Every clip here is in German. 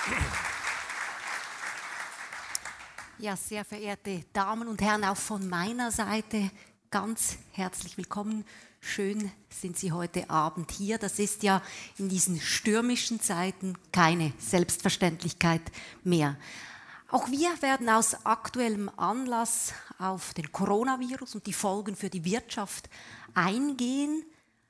Ja, sehr verehrte Damen und Herren, auch von meiner Seite ganz herzlich willkommen. Schön sind Sie heute Abend hier. Das ist ja in diesen stürmischen Zeiten keine Selbstverständlichkeit mehr. Auch wir werden aus aktuellem Anlass auf den Coronavirus und die Folgen für die Wirtschaft eingehen.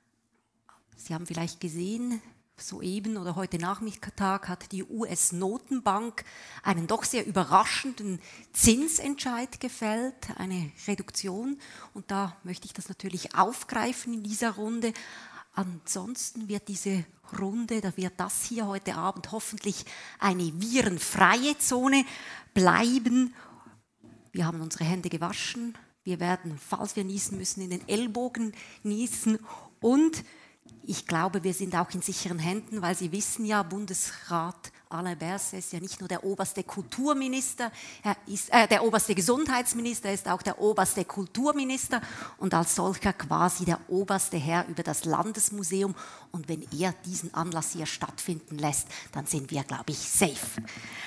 Sie haben vielleicht gesehen, soeben oder heute Nachmittag hat die US-Notenbank einen doch sehr überraschenden Zinsentscheid gefällt, eine Reduktion. Und da möchte ich das natürlich aufgreifen in dieser Runde. Ansonsten wird diese Runde, da wird das hier heute Abend hoffentlich eine virenfreie Zone bleiben. Wir haben unsere Hände gewaschen. Wir werden, falls wir niesen müssen, in den Ellbogen niesen. Und ich glaube, wir sind auch in sicheren Händen, weil Sie wissen ja, Bundesrat Alain Berset ist ja nicht nur der oberste Kulturminister, er ist der oberste Gesundheitsminister, er ist auch der oberste Kulturminister und als solcher quasi der oberste Herr über das Landesmuseum. Und wenn er diesen Anlass hier stattfinden lässt, dann sind wir, glaube ich, safe.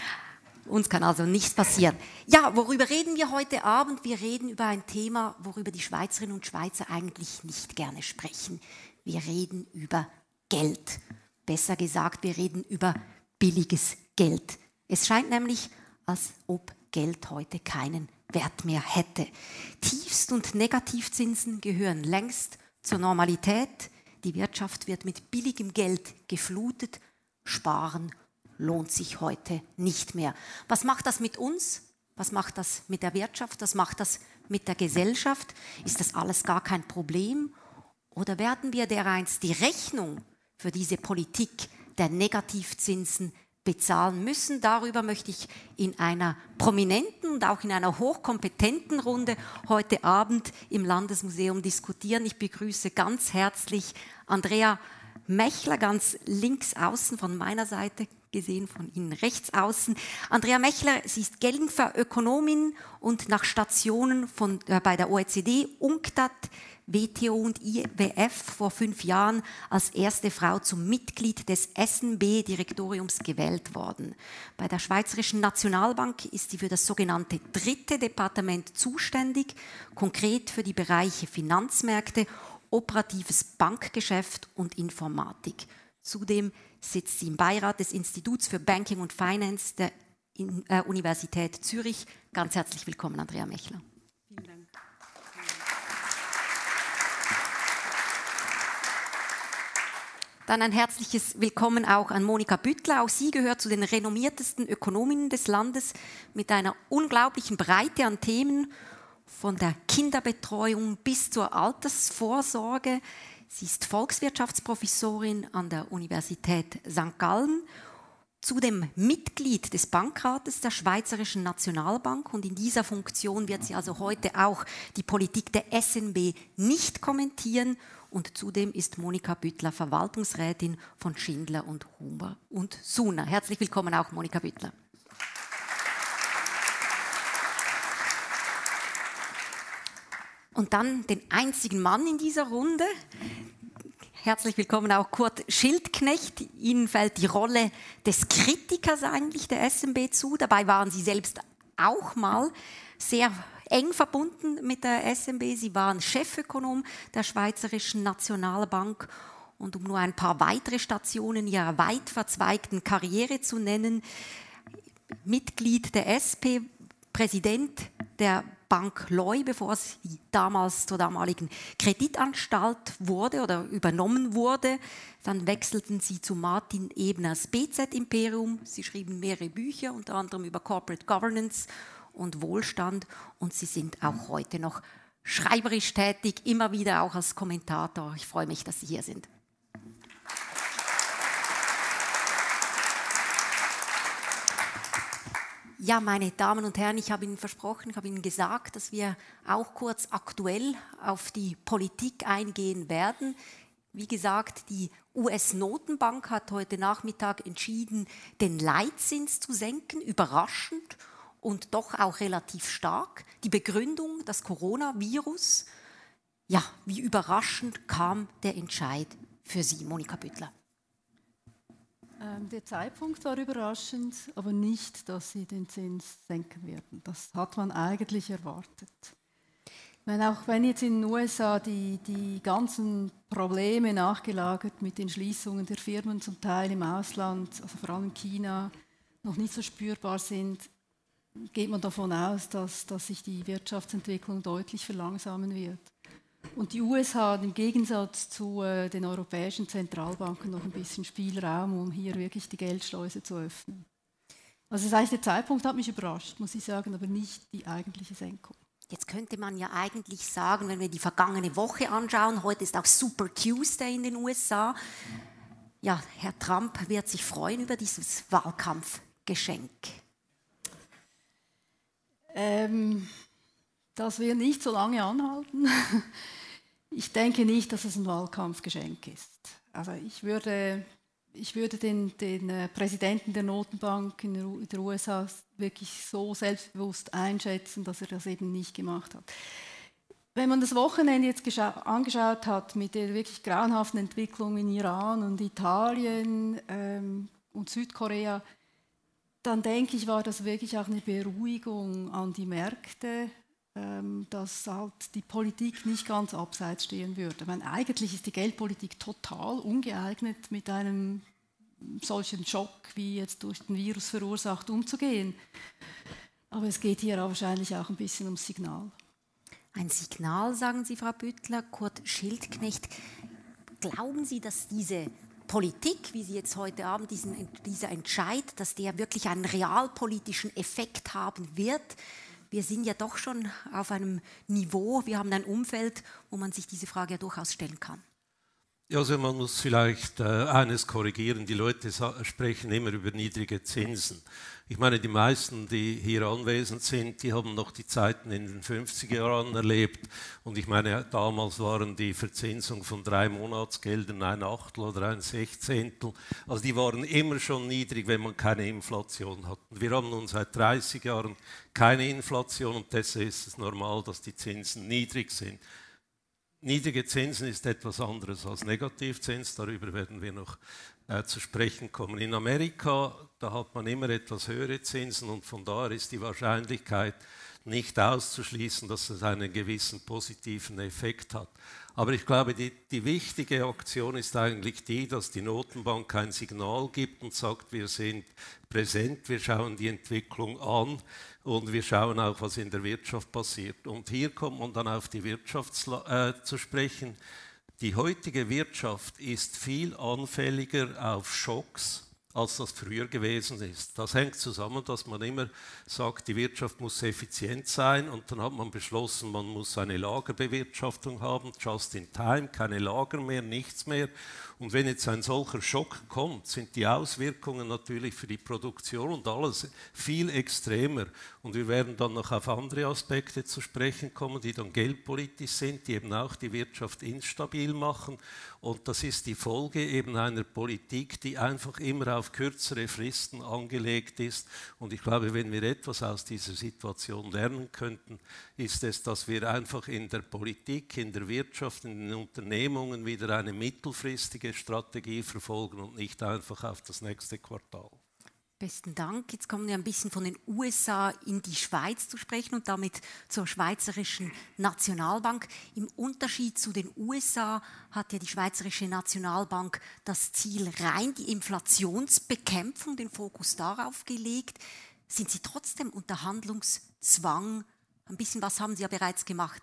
Uns kann also nichts passieren. Ja, worüber reden wir heute Abend? Wir reden über ein Thema, worüber die Schweizerinnen und Schweizer eigentlich nicht gerne sprechen. Wir reden über Geld. Besser gesagt, wir reden über billiges Geld. Es scheint nämlich, als ob Geld heute keinen Wert mehr hätte. Tiefst- und Negativzinsen gehören längst zur Normalität. Die Wirtschaft wird mit billigem Geld geflutet. Sparen lohnt sich heute nicht mehr. Was macht das mit uns? Was macht das mit der Wirtschaft? Was macht das mit der Gesellschaft? Ist das alles gar kein Problem? Oder werden wir dereinst die Rechnung für diese Politik der Negativzinsen bezahlen müssen? Darüber möchte ich in einer prominenten und auch in einer hochkompetenten Runde heute Abend im Landesmuseum diskutieren. Ich begrüße ganz herzlich Andrea Mechler, ganz links außen von meiner Seite, gesehen von Ihnen rechts außen. Andrea Mechler, sie ist Genfer Ökonomin und nach Stationen bei der OECD, UNCTAD, WTO und IWF vor 5 Jahren als erste Frau zum Mitglied des SNB-Direktoriums gewählt worden. Bei der Schweizerischen Nationalbank ist sie für das sogenannte 3. Departement zuständig, konkret für die Bereiche Finanzmärkte, operatives Bankgeschäft und Informatik. Zudem sitzt sie im Beirat des Instituts für Banking und Finance der Universität Zürich. Ganz herzlich willkommen, Andrea Mechler. Vielen Dank. Dann ein herzliches Willkommen auch an Monika Büttler. Auch sie gehört zu den renommiertesten Ökonominnen des Landes mit einer unglaublichen Breite an Themen, von der Kinderbetreuung bis zur Altersvorsorge. Sie ist Volkswirtschaftsprofessorin an der Universität St. Gallen, zudem Mitglied des Bankrates der Schweizerischen Nationalbank und in dieser Funktion wird sie also heute auch die Politik der SNB nicht kommentieren und zudem ist Monika Büttler Verwaltungsrätin von Schindler und Huber und Suner. Herzlich willkommen auch Monika Büttler. Und dann den einzigen Mann in dieser Runde. Herzlich willkommen auch Kurt Schildknecht. Ihnen fällt die Rolle des Kritikers eigentlich der SNB zu. Dabei waren Sie selbst auch mal sehr eng verbunden mit der SNB. Sie waren Chefökonom der Schweizerischen Nationalbank. Und um nur ein paar weitere Stationen Ihrer weit verzweigten Karriere zu nennen, Mitglied der SP, Präsident der Bank Leu, bevor sie damals zur damaligen Kreditanstalt wurde oder übernommen wurde. Dann wechselten sie zu Martin Ebners BZ-Imperium. Sie schrieben mehrere Bücher, unter anderem über Corporate Governance und Wohlstand. Und sie sind auch heute noch schreiberisch tätig, immer wieder auch als Kommentator. Ich freue mich, dass Sie hier sind. Ja, meine Damen und Herren, ich habe Ihnen versprochen, ich habe Ihnen gesagt, dass wir auch kurz aktuell auf die Politik eingehen werden. Wie gesagt, die US-Notenbank hat heute Nachmittag entschieden, den Leitzins zu senken, überraschend und doch auch relativ stark. Die Begründung, das Coronavirus. Ja, wie überraschend kam der Entscheid für Sie, Monika Büttler? Der Zeitpunkt war überraschend, aber nicht, dass sie den Zins senken werden. Das hat man eigentlich erwartet. Ich meine, auch wenn jetzt in den USA die ganzen Probleme nachgelagert mit den Schließungen der Firmen zum Teil im Ausland, also vor allem in China, noch nicht so spürbar sind, geht man davon aus, dass sich die Wirtschaftsentwicklung deutlich verlangsamen wird. Und die USA haben im Gegensatz zu den europäischen Zentralbanken noch ein bisschen Spielraum, um hier wirklich die Geldschleuse zu öffnen. Also das heißt, der Zeitpunkt hat mich überrascht, muss ich sagen, aber nicht die eigentliche Senkung. Jetzt könnte man ja eigentlich sagen, wenn wir die vergangene Woche anschauen, heute ist auch Super Tuesday in den USA. Ja, Herr Trump wird sich freuen über dieses Wahlkampfgeschenk. Das wird nicht so lange anhalten. Ich denke nicht, dass es ein Wahlkampfgeschenk ist. Also ich würde den Präsidenten der Notenbank in der USA wirklich so selbstbewusst einschätzen, dass er das eben nicht gemacht hat. Wenn man das Wochenende jetzt angeschaut hat mit der wirklich grauenhaften Entwicklung in Iran und Italien und Südkorea, dann denke ich, war das wirklich auch eine Beruhigung an die Märkte, dass halt die Politik nicht ganz abseits stehen würde. Ich meine, eigentlich ist die Geldpolitik total ungeeignet, mit einem solchen Schock, wie jetzt durch den Virus verursacht, umzugehen. Aber es geht hier wahrscheinlich auch ein bisschen ums Signal. Ein Signal, sagen Sie, Frau Büttler. Kurt Schildknecht, glauben Sie, dass diese Politik, wie sie jetzt heute Abend dieser Entscheid, dass der wirklich einen realpolitischen Effekt haben wird? Wir sind ja doch schon auf einem Niveau, wir haben ein Umfeld, wo man sich diese Frage ja durchaus stellen kann. Ja, also man muss vielleicht eines korrigieren. Die Leute sprechen immer über niedrige Zinsen. Ich meine, die meisten, die hier anwesend sind, die haben noch die Zeiten in den 50er Jahren erlebt. Und ich meine, damals waren die Verzinsung von 3 Monatsgeldern ein Achtel oder ein Sechzehntel. Also die waren immer schon niedrig, wenn man keine Inflation hat. Und wir haben nun seit 30 Jahren keine Inflation und deshalb ist es normal, dass die Zinsen niedrig sind. Niedrige Zinsen ist etwas anderes als Negativzins, darüber werden wir noch zu sprechen kommen. In Amerika, da hat man immer etwas höhere Zinsen und von daher ist die Wahrscheinlichkeit nicht auszuschließen, dass es einen gewissen positiven Effekt hat. Aber ich glaube, die wichtige Aktion ist eigentlich die, dass die Notenbank ein Signal gibt und sagt, wir sind präsent, wir schauen die Entwicklung an und wir schauen auch, was in der Wirtschaft passiert. Und hier kommt man dann auf die Wirtschaft zu sprechen. Die heutige Wirtschaft ist viel anfälliger auf Schocks, als das früher gewesen ist. Das hängt zusammen, dass man immer sagt, die Wirtschaft muss effizient sein und dann hat man beschlossen, man muss eine Lagerbewirtschaftung haben, just in time, keine Lager mehr, nichts mehr. Und wenn jetzt ein solcher Schock kommt, sind die Auswirkungen natürlich für die Produktion und alles viel extremer. Und wir werden dann noch auf andere Aspekte zu sprechen kommen, die dann geldpolitisch sind, die eben auch die Wirtschaft instabil machen. Und das ist die Folge eben einer Politik, die einfach immer auf kürzere Fristen angelegt ist. Und ich glaube, wenn wir etwas aus dieser Situation lernen könnten, ist es, dass wir einfach in der Politik, in der Wirtschaft, in den Unternehmungen wieder eine mittelfristige Strategie verfolgen und nicht einfach auf das nächste Quartal. Besten Dank. Jetzt kommen wir ein bisschen von den USA in die Schweiz zu sprechen und damit zur Schweizerischen Nationalbank. Im Unterschied zu den USA hat ja die Schweizerische Nationalbank das Ziel rein die Inflationsbekämpfung, den Fokus darauf gelegt. Sind Sie trotzdem unter Handlungszwang? Ein bisschen was haben Sie ja bereits gemacht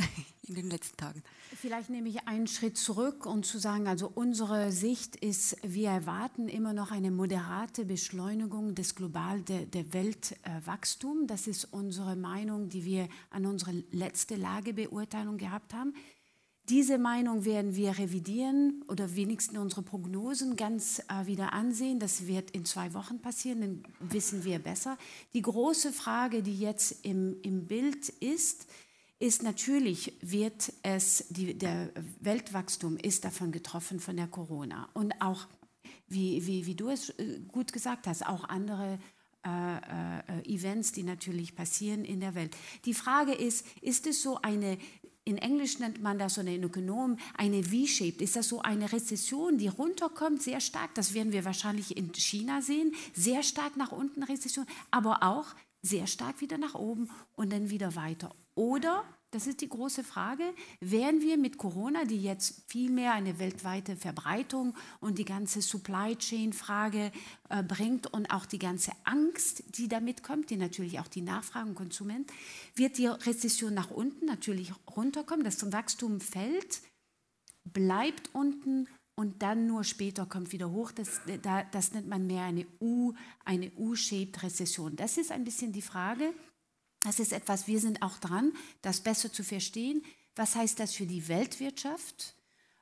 in den letzten Tagen. Vielleicht nehme ich einen Schritt zurück und zu sagen, also unsere Sicht ist, wir erwarten immer noch eine moderate Beschleunigung des der Weltwachstums. Das ist unsere Meinung, die wir an unsere letzte Lagebeurteilung gehabt haben. Diese Meinung werden wir revidieren oder wenigstens unsere Prognosen ganz wieder ansehen. Das wird in 2 Wochen passieren, dann wissen wir besser. Die große Frage, die jetzt im Bild ist natürlich der Weltwachstum ist davon getroffen von der Corona. Und auch, wie du es gut gesagt hast, auch andere Events, die natürlich passieren in der Welt. Die Frage ist es so eine in Englisch nennt man das, so ein Ökonom, eine V-Shaped. Ist das so eine Rezession, die runterkommt, sehr stark? Das werden wir wahrscheinlich in China sehen. Sehr stark nach unten Rezession, aber auch sehr stark wieder nach oben und dann wieder weiter. Oder, das ist die große Frage, werden wir mit Corona, die jetzt viel mehr eine weltweite Verbreitung und die ganze Supply Chain Frage bringt und auch die ganze Angst, die damit kommt, die natürlich auch die Nachfrage und Konsument, wird die Rezession nach unten natürlich runterkommen, das Wachstum fällt, bleibt unten und dann nur später kommt wieder hoch. Das nennt man mehr eine U-shaped Rezession. Das ist ein bisschen die Frage. Das ist etwas, wir sind auch dran, das besser zu verstehen. Was heißt das für die Weltwirtschaft,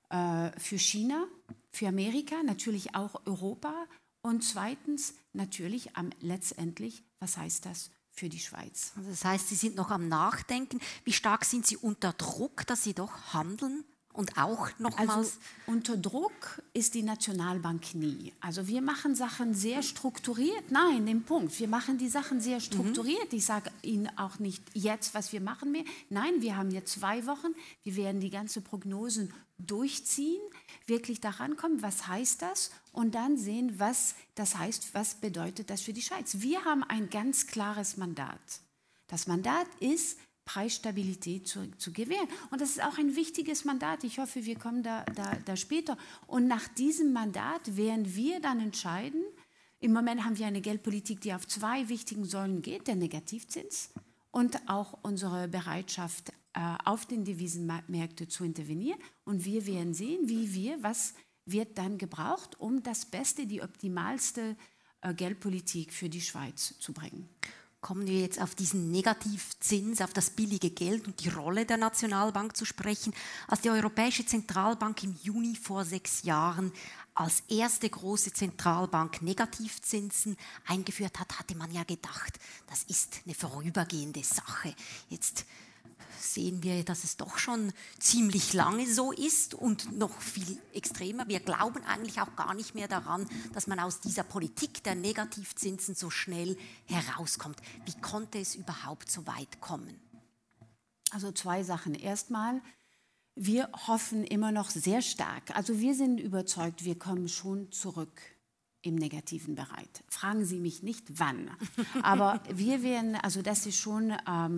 für China, für Amerika, natürlich auch Europa und zweitens natürlich letztendlich, was heißt das für die Schweiz? Also das heißt, Sie sind noch am Nachdenken. Wie stark sind Sie unter Druck, dass Sie doch handeln? Und auch nochmals. Also unter Druck ist die Nationalbank nie. Also wir machen Sachen sehr strukturiert. Nein, den Punkt. Wir machen die Sachen sehr strukturiert. Ich sage Ihnen auch nicht jetzt, was wir machen mehr. Nein, wir haben jetzt 2 Wochen. Wir werden die ganzen Prognosen durchziehen, wirklich daran kommen, was heißt das? Und dann sehen, was das heißt, was bedeutet das für die Schweiz. Wir haben ein ganz klares Mandat. Das Mandat ist, Preisstabilität zu gewähren. Und das ist auch ein wichtiges Mandat. Ich hoffe, wir kommen da später. Und nach diesem Mandat werden wir dann entscheiden. Im Moment haben wir eine Geldpolitik, die auf 2 wichtigen Säulen geht, der Negativzins und auch unsere Bereitschaft, auf den Devisenmärkten zu intervenieren. Und wir werden sehen, was wird dann gebraucht, um das Beste, die optimalste Geldpolitik für die Schweiz zu bringen. Kommen wir jetzt auf diesen Negativzins, auf das billige Geld und die Rolle der Nationalbank zu sprechen. Als die Europäische Zentralbank im Juni vor 6 Jahren als erste große Zentralbank Negativzinsen eingeführt hat, hatte man ja gedacht, das ist eine vorübergehende Sache. Jetzt sehen wir, dass es doch schon ziemlich lange so ist und noch viel extremer. Wir glauben eigentlich auch gar nicht mehr daran, dass man aus dieser Politik der Negativzinsen so schnell herauskommt. Wie konnte es überhaupt so weit kommen? Also 2 Sachen. Erstmal, wir hoffen immer noch sehr stark. Also wir sind überzeugt, wir kommen schon zurück im negativen Bereich. Fragen Sie mich nicht, wann. Aber wir werden, also das ist schon...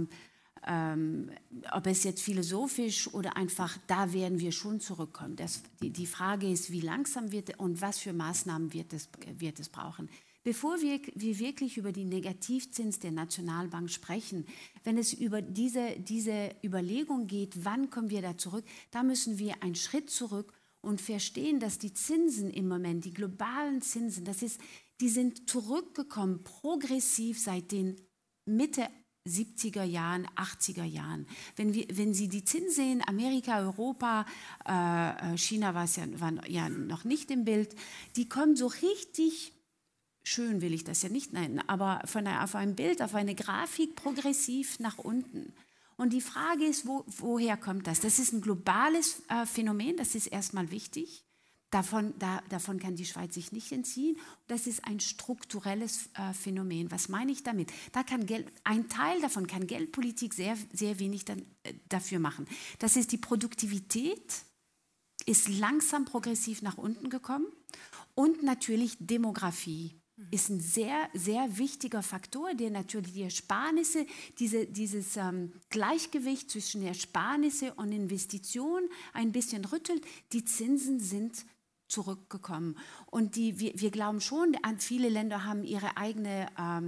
ob es jetzt philosophisch oder einfach, da werden wir schon zurückkommen. Die Frage ist, wie langsam wird und was für Maßnahmen wird es brauchen. Bevor wir wirklich über die Negativzins der Nationalbank sprechen, wenn es über diese Überlegung geht, wann kommen wir da zurück, da müssen wir einen Schritt zurück und verstehen, dass die Zinsen im Moment, die globalen Zinsen, die sind zurückgekommen progressiv seit den Mitte 70er Jahren, 80er Jahren. Wenn Sie die Zinsen sehen, Amerika, Europa, China war ja noch nicht im Bild, die kommen so richtig, schön will ich das ja nicht nennen, aber auf einem Bild, auf eine Grafik progressiv nach unten. Und die Frage ist, woher kommt das? Das ist ein globales Phänomen, das ist erstmal wichtig. Davon kann die Schweiz sich nicht entziehen. Das ist ein strukturelles Phänomen. Was meine ich damit? Ein Teil davon kann Geldpolitik sehr, sehr wenig dafür machen. Das ist die Produktivität, ist langsam progressiv nach unten gekommen und natürlich Demografie ist ein sehr, sehr wichtiger Faktor, der natürlich die Ersparnisse, dieses Gleichgewicht zwischen Ersparnisse und Investitionen ein bisschen rüttelt. Die Zinsen sind zurückgekommen. Und wir glauben schon, viele Länder haben ihre eigene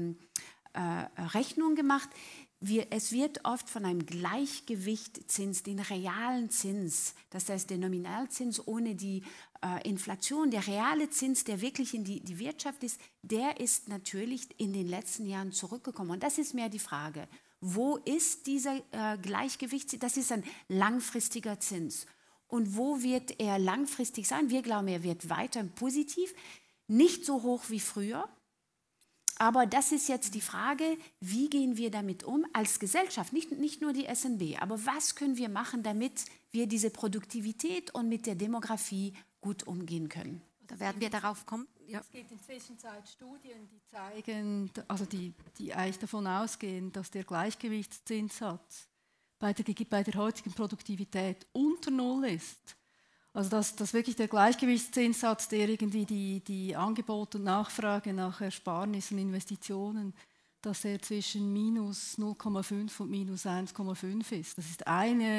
Rechnung gemacht. Es wird oft von einem Gleichgewichtszins, den realen Zins, das heißt der Nominalzins ohne die Inflation, der reale Zins, der wirklich in die Wirtschaft ist, der ist natürlich in den letzten Jahren zurückgekommen. Und das ist mehr die Frage, wo ist dieser Gleichgewichtszins? Das ist ein langfristiger Zins. Und wo wird er langfristig sein? Wir glauben, er wird weiter positiv, nicht so hoch wie früher. Aber das ist jetzt die Frage, wie gehen wir damit um als Gesellschaft, nicht nur die SNB, aber was können wir machen, damit wir diese Produktivität und mit der Demografie gut umgehen können? Da werden wir darauf kommen. Ja. Es gibt inzwischen Studien, die zeigen, also die eigentlich davon ausgehen, dass der Gleichgewichtszins bei der heutigen Produktivität unter Null ist. Also dass wirklich der Gleichgewichtszinssatz, der irgendwie die Angebot und Nachfrage nach Ersparnissen, Investitionen, dass er zwischen minus 0,5 und minus 1,5 ist. Das ist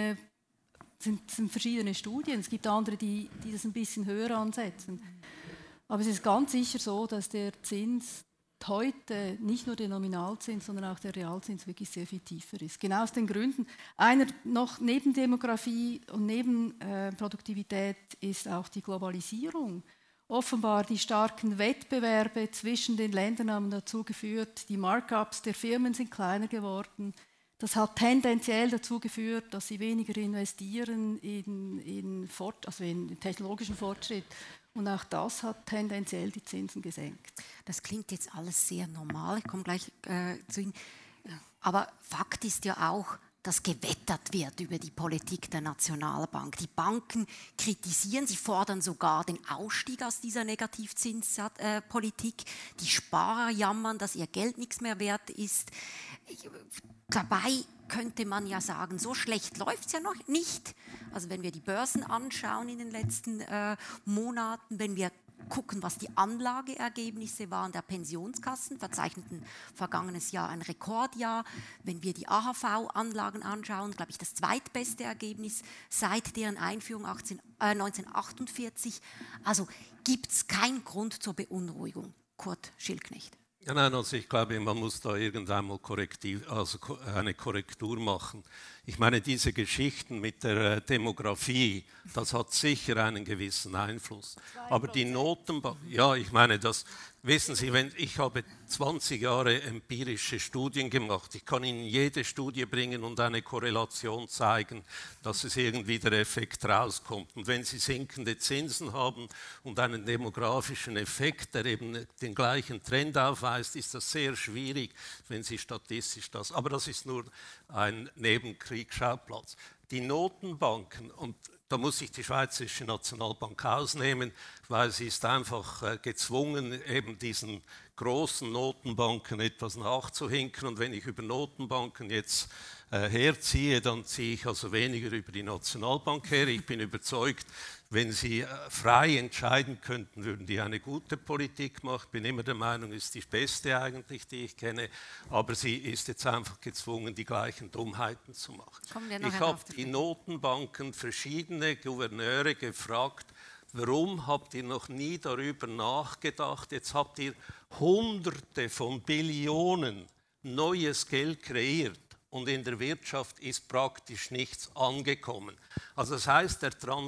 sind verschiedene Studien. Es gibt andere, die das ein bisschen höher ansetzen. Aber es ist ganz sicher so, dass der Zins heute nicht nur der Nominalzins, sondern auch der Realzins wirklich sehr viel tiefer ist. Genau aus den Gründen. Einer noch neben Demografie und neben Produktivität ist auch die Globalisierung. Offenbar die starken Wettbewerbe zwischen den Ländern haben dazu geführt, die Markups der Firmen sind kleiner geworden. Das hat tendenziell dazu geführt, dass sie weniger investieren in technologischen Fortschritt. Und auch das hat tendenziell die Zinsen gesenkt. Das klingt jetzt alles sehr normal, ich komme gleich zu Ihnen. Aber Fakt ist ja auch, dass gewettert wird über die Politik der Nationalbank. Die Banken kritisieren, sie fordern sogar den Ausstieg aus dieser Negativzinspolitik. Die Sparer jammern, dass ihr Geld nichts mehr wert ist. Dabei könnte man ja sagen, so schlecht läuft es ja noch nicht. Also wenn wir die Börsen anschauen in den letzten Monaten, wenn wir gucken, was die Anlageergebnisse waren der Pensionskassen, verzeichneten vergangenes Jahr ein Rekordjahr. Wenn wir die AHV-Anlagen anschauen, glaube ich, das zweitbeste Ergebnis seit deren Einführung 1948. Also gibt es keinen Grund zur Beunruhigung. Kurt Schildknecht. Ja, nein, also ich glaube, man muss da irgendwann mal eine Korrektur machen. Ich meine, diese Geschichten mit der Demografie, das hat sicher einen gewissen Einfluss. 2%. Aber die Notenbank, ja, ich meine, das wissen Sie, ich habe 20 Jahre empirische Studien gemacht. Ich kann Ihnen jede Studie bringen und eine Korrelation zeigen, dass es irgendwie der Effekt rauskommt. Und wenn Sie sinkende Zinsen haben und einen demografischen Effekt, der eben den gleichen Trend aufweist, ist das sehr schwierig, wenn Sie statistisch das. Aber das ist nur ein Nebenkriegsschauplatz. Die Notenbanken, und da muss ich die Schweizerische Nationalbank ausnehmen, weil sie ist einfach gezwungen, eben diesen großen Notenbanken etwas nachzuhinken. Und wenn ich über Notenbanken jetzt herziehe, dann ziehe ich also weniger über die Nationalbank her. Ich bin überzeugt, wenn sie frei entscheiden könnten, würden die eine gute Politik machen. Ich bin immer der Meinung, es ist die beste eigentlich, die ich kenne. Aber sie ist jetzt einfach gezwungen, die gleichen Dummheiten zu machen. Ich habe die Notenbanken, verschiedene Gouverneure gefragt, warum habt ihr noch nie darüber nachgedacht? Jetzt habt ihr Hunderte von Billionen neues Geld kreiert. Und in der Wirtschaft ist praktisch nichts angekommen. Also das heißt, der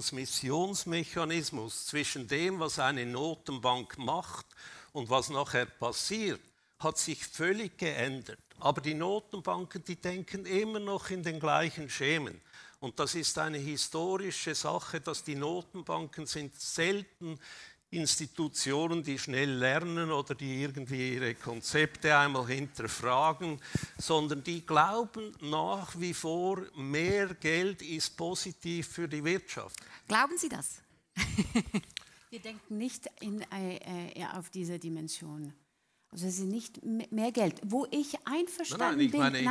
Transmissionsmechanismus zwischen dem, was eine Notenbank macht und was nachher passiert, hat sich völlig geändert. Aber die Notenbanken, die denken immer noch in den gleichen Schemen. Und das ist eine historische Sache, dass die Notenbanken sind selten Institutionen, die schnell lernen oder die irgendwie ihre Konzepte einmal hinterfragen, sondern die glauben nach wie vor, mehr Geld ist positiv für die Wirtschaft. Glauben Sie das? Wir denken nicht auf diese Dimension. Also es ist nicht mehr Geld. Wo ich einverstanden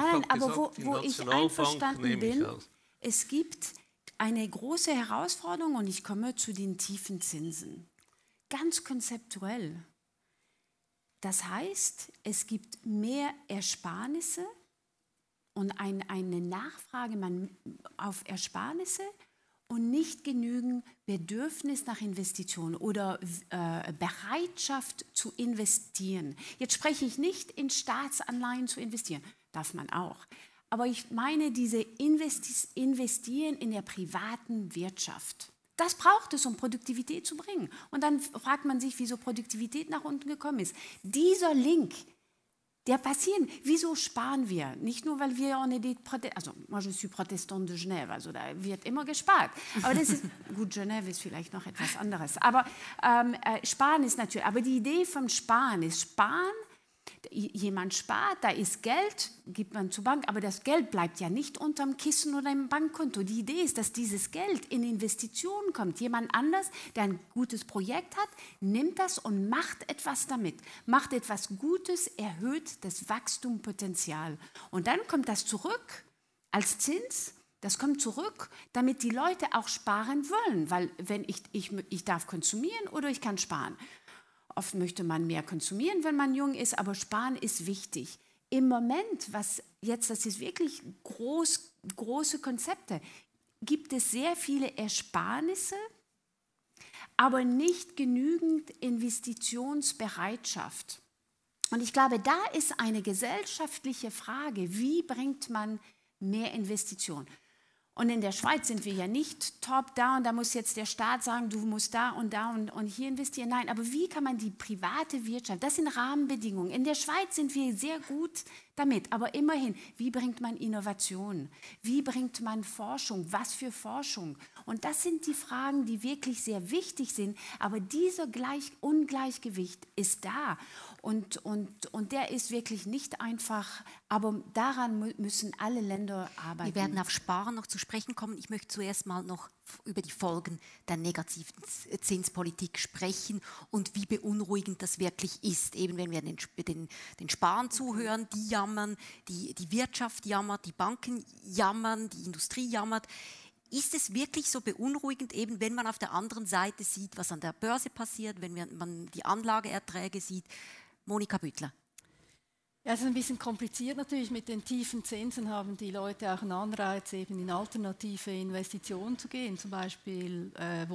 bin, es gibt eine große Herausforderung und ich komme zu den tiefen Zinsen. Ganz konzeptuell. Das heißt, es gibt mehr Ersparnisse und eine Nachfrage auf Ersparnisse und nicht genügend Bedürfnis nach Investitionen oder Bereitschaft zu investieren. Jetzt spreche ich nicht in Staatsanleihen zu investieren, darf man auch. Aber ich meine diese Investieren in der privaten Wirtschaft. Das braucht es, um Produktivität zu bringen. Und dann fragt man sich, wieso Produktivität nach unten gekommen ist. Dieser Link, der passiert. Wieso sparen wir? Nicht nur, weil wir moi je suis protestant de Genève, also da wird immer gespart. Aber das ist, gut, Genève ist vielleicht noch etwas anderes. Aber Sparen ist natürlich, aber die Idee vom Sparen ist, jemand spart, da ist Geld, gibt man zur Bank, aber das Geld bleibt ja nicht unterm Kissen oder im Bankkonto. Die Idee ist, dass dieses Geld in Investitionen kommt. Jemand anders, der ein gutes Projekt hat, nimmt das und macht etwas damit. Macht etwas Gutes, erhöht das Wachstumspotenzial. Und dann kommt das zurück als Zins. Das kommt zurück, damit die Leute auch sparen wollen, weil wenn ich darf konsumieren oder ich kann sparen. Oft möchte man mehr konsumieren, wenn man jung ist, aber sparen ist wichtig. Im Moment, das ist wirklich große Konzepte, gibt es sehr viele Ersparnisse, aber nicht genügend Investitionsbereitschaft. Und ich glaube, da ist eine gesellschaftliche Frage, wie bringt man mehr Investitionen? Und in der Schweiz sind wir ja nicht top-down, da muss jetzt der Staat sagen, du musst da und hier investieren. Nein, aber wie kann man die private Wirtschaft, das sind Rahmenbedingungen. In der Schweiz sind wir sehr gut damit, aber immerhin, wie bringt man Innovation? Wie bringt man Forschung? Was für Forschung? Und das sind die Fragen, die wirklich sehr wichtig sind, aber dieser Ungleichgewicht ist da. Und der ist wirklich nicht einfach, aber daran müssen alle Länder arbeiten. Wir werden auf Sparen noch zu sprechen kommen. Ich möchte zuerst mal noch über die Folgen der negativen Zinspolitik sprechen und wie beunruhigend das wirklich ist. Eben wenn wir den Sparern zuhören, die jammern, die Wirtschaft jammert, die Banken jammern, die Industrie jammert. Ist es wirklich so beunruhigend, eben wenn man auf der anderen Seite sieht, was an der Börse passiert, wenn man die Anlageerträge sieht? Monika Büttler. Ja, es ist ein bisschen kompliziert natürlich. Mit den tiefen Zinsen haben die Leute auch einen Anreiz, eben in alternative Investitionen zu gehen, zum Beispiel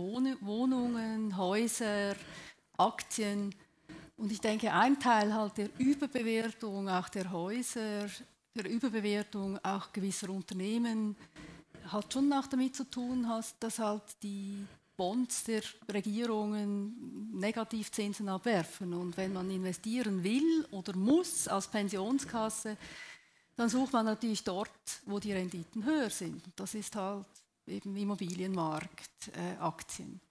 Wohnungen, Häuser, Aktien. Und ich denke, ein Teil halt der Überbewertung auch der Häuser, der Überbewertung auch gewisser Unternehmen, hat schon auch damit zu tun, dass halt die Bonds der Regierungen Negativzinsen abwerfen. Und wenn man investieren will oder muss als Pensionskasse, dann sucht man natürlich dort, wo die Renditen höher sind. Das ist halt eben Immobilienmarkt, Aktien.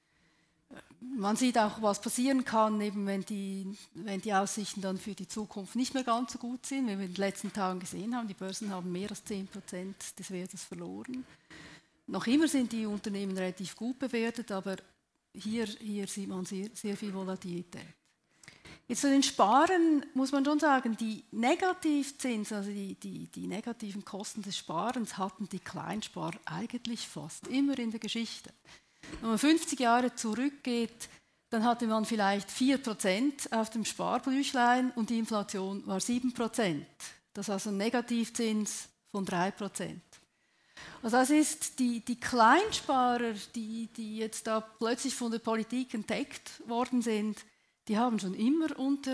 Man sieht auch, was passieren kann, eben wenn die Aussichten dann für die Zukunft nicht mehr ganz so gut sind. Wie wir in den letzten Tagen gesehen haben, die Börsen haben mehr als 10% des Wertes verloren. Noch immer sind die Unternehmen relativ gut bewertet, aber hier sieht man sehr viel Volatilität. Jetzt zu den Sparen muss man schon sagen, die Negativzinsen, also die negativen Kosten des Sparens hatten die Kleinsparer eigentlich fast immer in der Geschichte. Wenn man 50 Jahre zurückgeht, dann hatte man vielleicht 4% auf dem Sparbüchlein und die Inflation war 7%. Das ist also ein Negativzins von 3%. Also das ist die Kleinsparer, die jetzt da plötzlich von der Politik entdeckt worden sind, die haben schon immer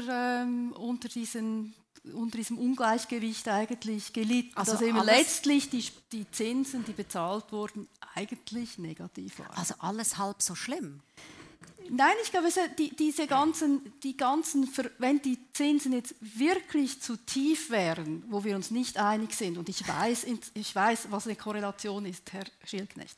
unter diesem Ungleichgewicht eigentlich gelitten. Also eben letztlich die Zinsen, die bezahlt wurden, eigentlich negativ waren. Also alles halb so schlimm? Nein, ich glaube, wenn die Zinsen jetzt wirklich zu tief wären, wo wir uns nicht einig sind, und ich weiß, was eine Korrelation ist, Herr Schildknecht,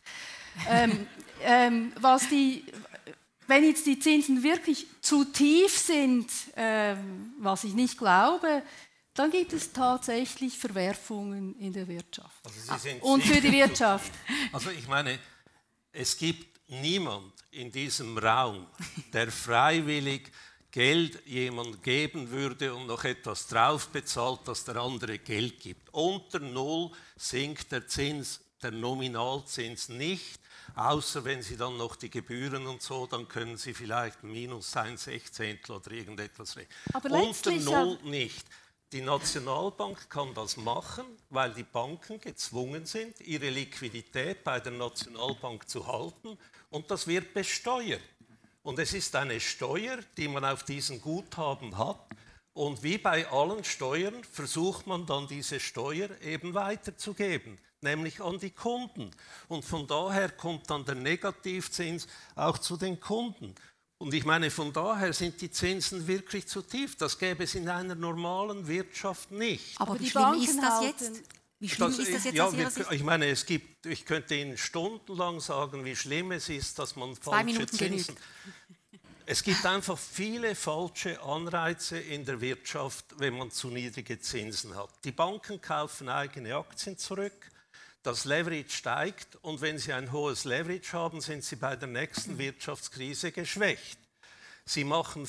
wenn jetzt die Zinsen wirklich zu tief sind, was ich nicht glaube, dann gibt es tatsächlich Verwerfungen in der Wirtschaft. Also und für die Wirtschaft. Also ich meine, es gibt niemand in diesem Raum, der freiwillig Geld jemand geben würde und noch etwas drauf bezahlt, dass der andere Geld gibt. Unter Null sinkt der Zins, der Nominalzins nicht, außer wenn Sie dann noch die Gebühren und so, dann können Sie vielleicht minus 1/16 oder irgendetwas rechnen. Aber unter Null nicht. Die Nationalbank kann das machen, weil die Banken gezwungen sind, ihre Liquidität bei der Nationalbank zu halten, und das wird besteuert. Und es ist eine Steuer, die man auf diesen Guthaben hat, und wie bei allen Steuern versucht man dann diese Steuer eben weiterzugeben, nämlich an die Kunden. Und von daher kommt dann der Negativzins auch zu den Kunden. Und ich meine, von daher sind die Zinsen wirklich zu tief. Das gäbe es in einer normalen Wirtschaft nicht. Aber wie schlimm ist das jetzt? Wie schlimm ist das jetzt aus Ihrer Sicht? Ich meine, ich könnte Ihnen stundenlang sagen, wie schlimm es ist, dass man falsche Zinsen... Es gibt einfach viele falsche Anreize in der Wirtschaft, wenn man zu niedrige Zinsen hat. Die Banken kaufen eigene Aktien zurück. Das Leverage steigt, und wenn Sie ein hohes Leverage haben, sind Sie bei der nächsten Wirtschaftskrise geschwächt. Sie machen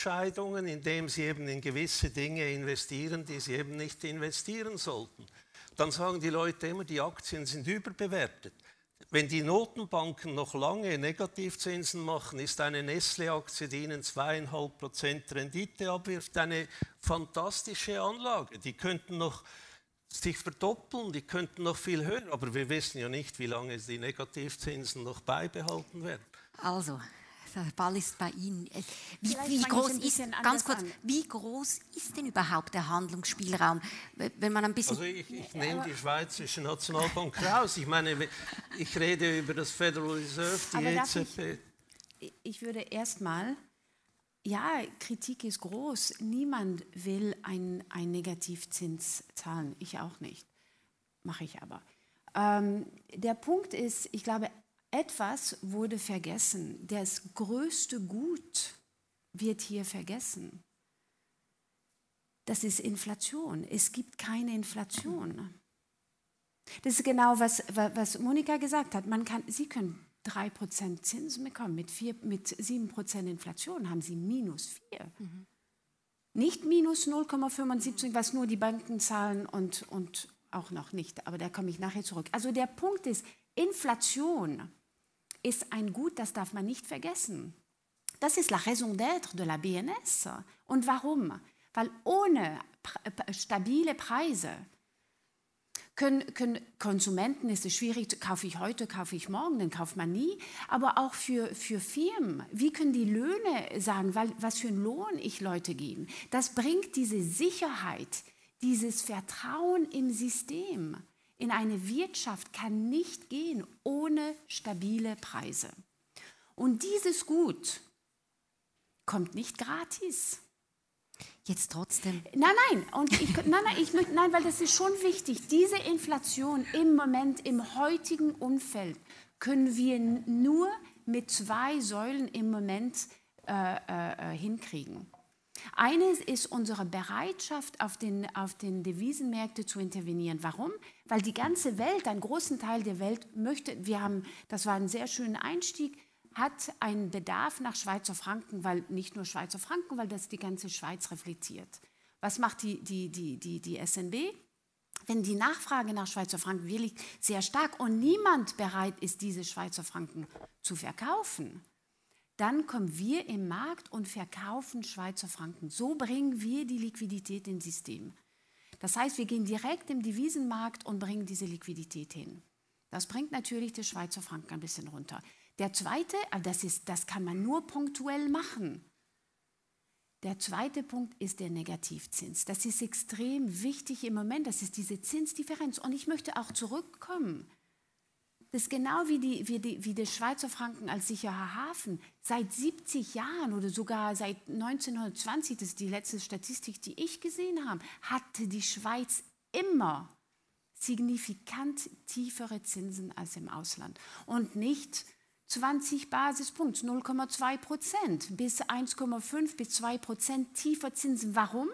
Fehlentscheidungen, indem Sie eben in gewisse Dinge investieren, die Sie eben nicht investieren sollten. dann sagen die Leute immer, die Aktien sind überbewertet. Wenn die Notenbanken noch lange Negativzinsen machen, ist eine Nestlé-Aktie, die ihnen 2,5% Rendite abwirft, eine fantastische Anlage. Die könnten noch sich verdoppeln, die könnten noch viel höher, aber wir wissen ja nicht, wie lange die Negativzinsen noch beibehalten werden. Also, der Ball ist bei Ihnen. Wie groß ist denn überhaupt der Handlungsspielraum, wenn man ein bisschen... Also ich nehme die Schweizerische Nationalbank raus. Ich meine, ich rede über das Federal Reserve, die EZB. Ich würde erstmal, ja, Kritik ist groß. Niemand will einen Negativzins zahlen. Ich auch nicht. Mache ich aber. Der Punkt ist, ich glaube, etwas wurde vergessen. Das größte Gut wird hier vergessen. Das ist Inflation. Es gibt keine Inflation. Das ist genau, was Monika gesagt hat. Sie können 3% Zinsen bekommen. Mit 7% Inflation haben Sie -4. Nicht minus 0,75, was nur die Banken zahlen und auch noch nicht. Aber da komme ich nachher zurück. Also der Punkt ist, Inflation ist ein Gut, das darf man nicht vergessen. Das ist la raison d'être de la BNS. Und warum? Weil ohne stabile Preise können Konsumenten, ist es schwierig, kaufe ich heute, kaufe ich morgen, dann kauft man nie, aber auch für Firmen, wie können die Löhne sagen, was für einen Lohn ich Leute geben? Das bringt diese Sicherheit, dieses Vertrauen im System. In eine Wirtschaft kann nicht gehen ohne stabile Preise. Und dieses Gut kommt nicht gratis. Jetzt trotzdem. Nein, weil das ist schon wichtig. Diese Inflation im Moment, im heutigen Umfeld, können wir nur mit 2 Säulen im Moment hinkriegen. Eines ist unsere Bereitschaft, auf den Devisenmärkten zu intervenieren. Warum? Weil die ganze Welt, einen großen Teil der Welt möchte, das war ein sehr schöner Einstieg, hat einen Bedarf nach Schweizer Franken, weil nicht nur Schweizer Franken, weil das die ganze Schweiz reflektiert. Was macht die SNB? Wenn die Nachfrage nach Schweizer Franken wirklich sehr stark und niemand bereit ist, diese Schweizer Franken zu verkaufen, dann kommen wir im Markt und verkaufen Schweizer Franken. So bringen wir die Liquidität ins System. Das heißt, wir gehen direkt im Devisenmarkt und bringen diese Liquidität hin. Das bringt natürlich den Schweizer Franken ein bisschen runter. Der zweite, das kann man nur punktuell machen. Der zweite Punkt ist der Negativzins. Das ist extrem wichtig im Moment, das ist diese Zinsdifferenz. Und ich möchte auch zurückkommen. Das ist genau wie der Schweizer Franken als sicherer Hafen. Seit 70 Jahren oder sogar seit 1920, das ist die letzte Statistik, die ich gesehen habe, hatte die Schweiz immer signifikant tiefere Zinsen als im Ausland. Und nicht 20 Basispunkte, 0,2%, bis 1,5 bis 2% tiefer Zinsen. Warum?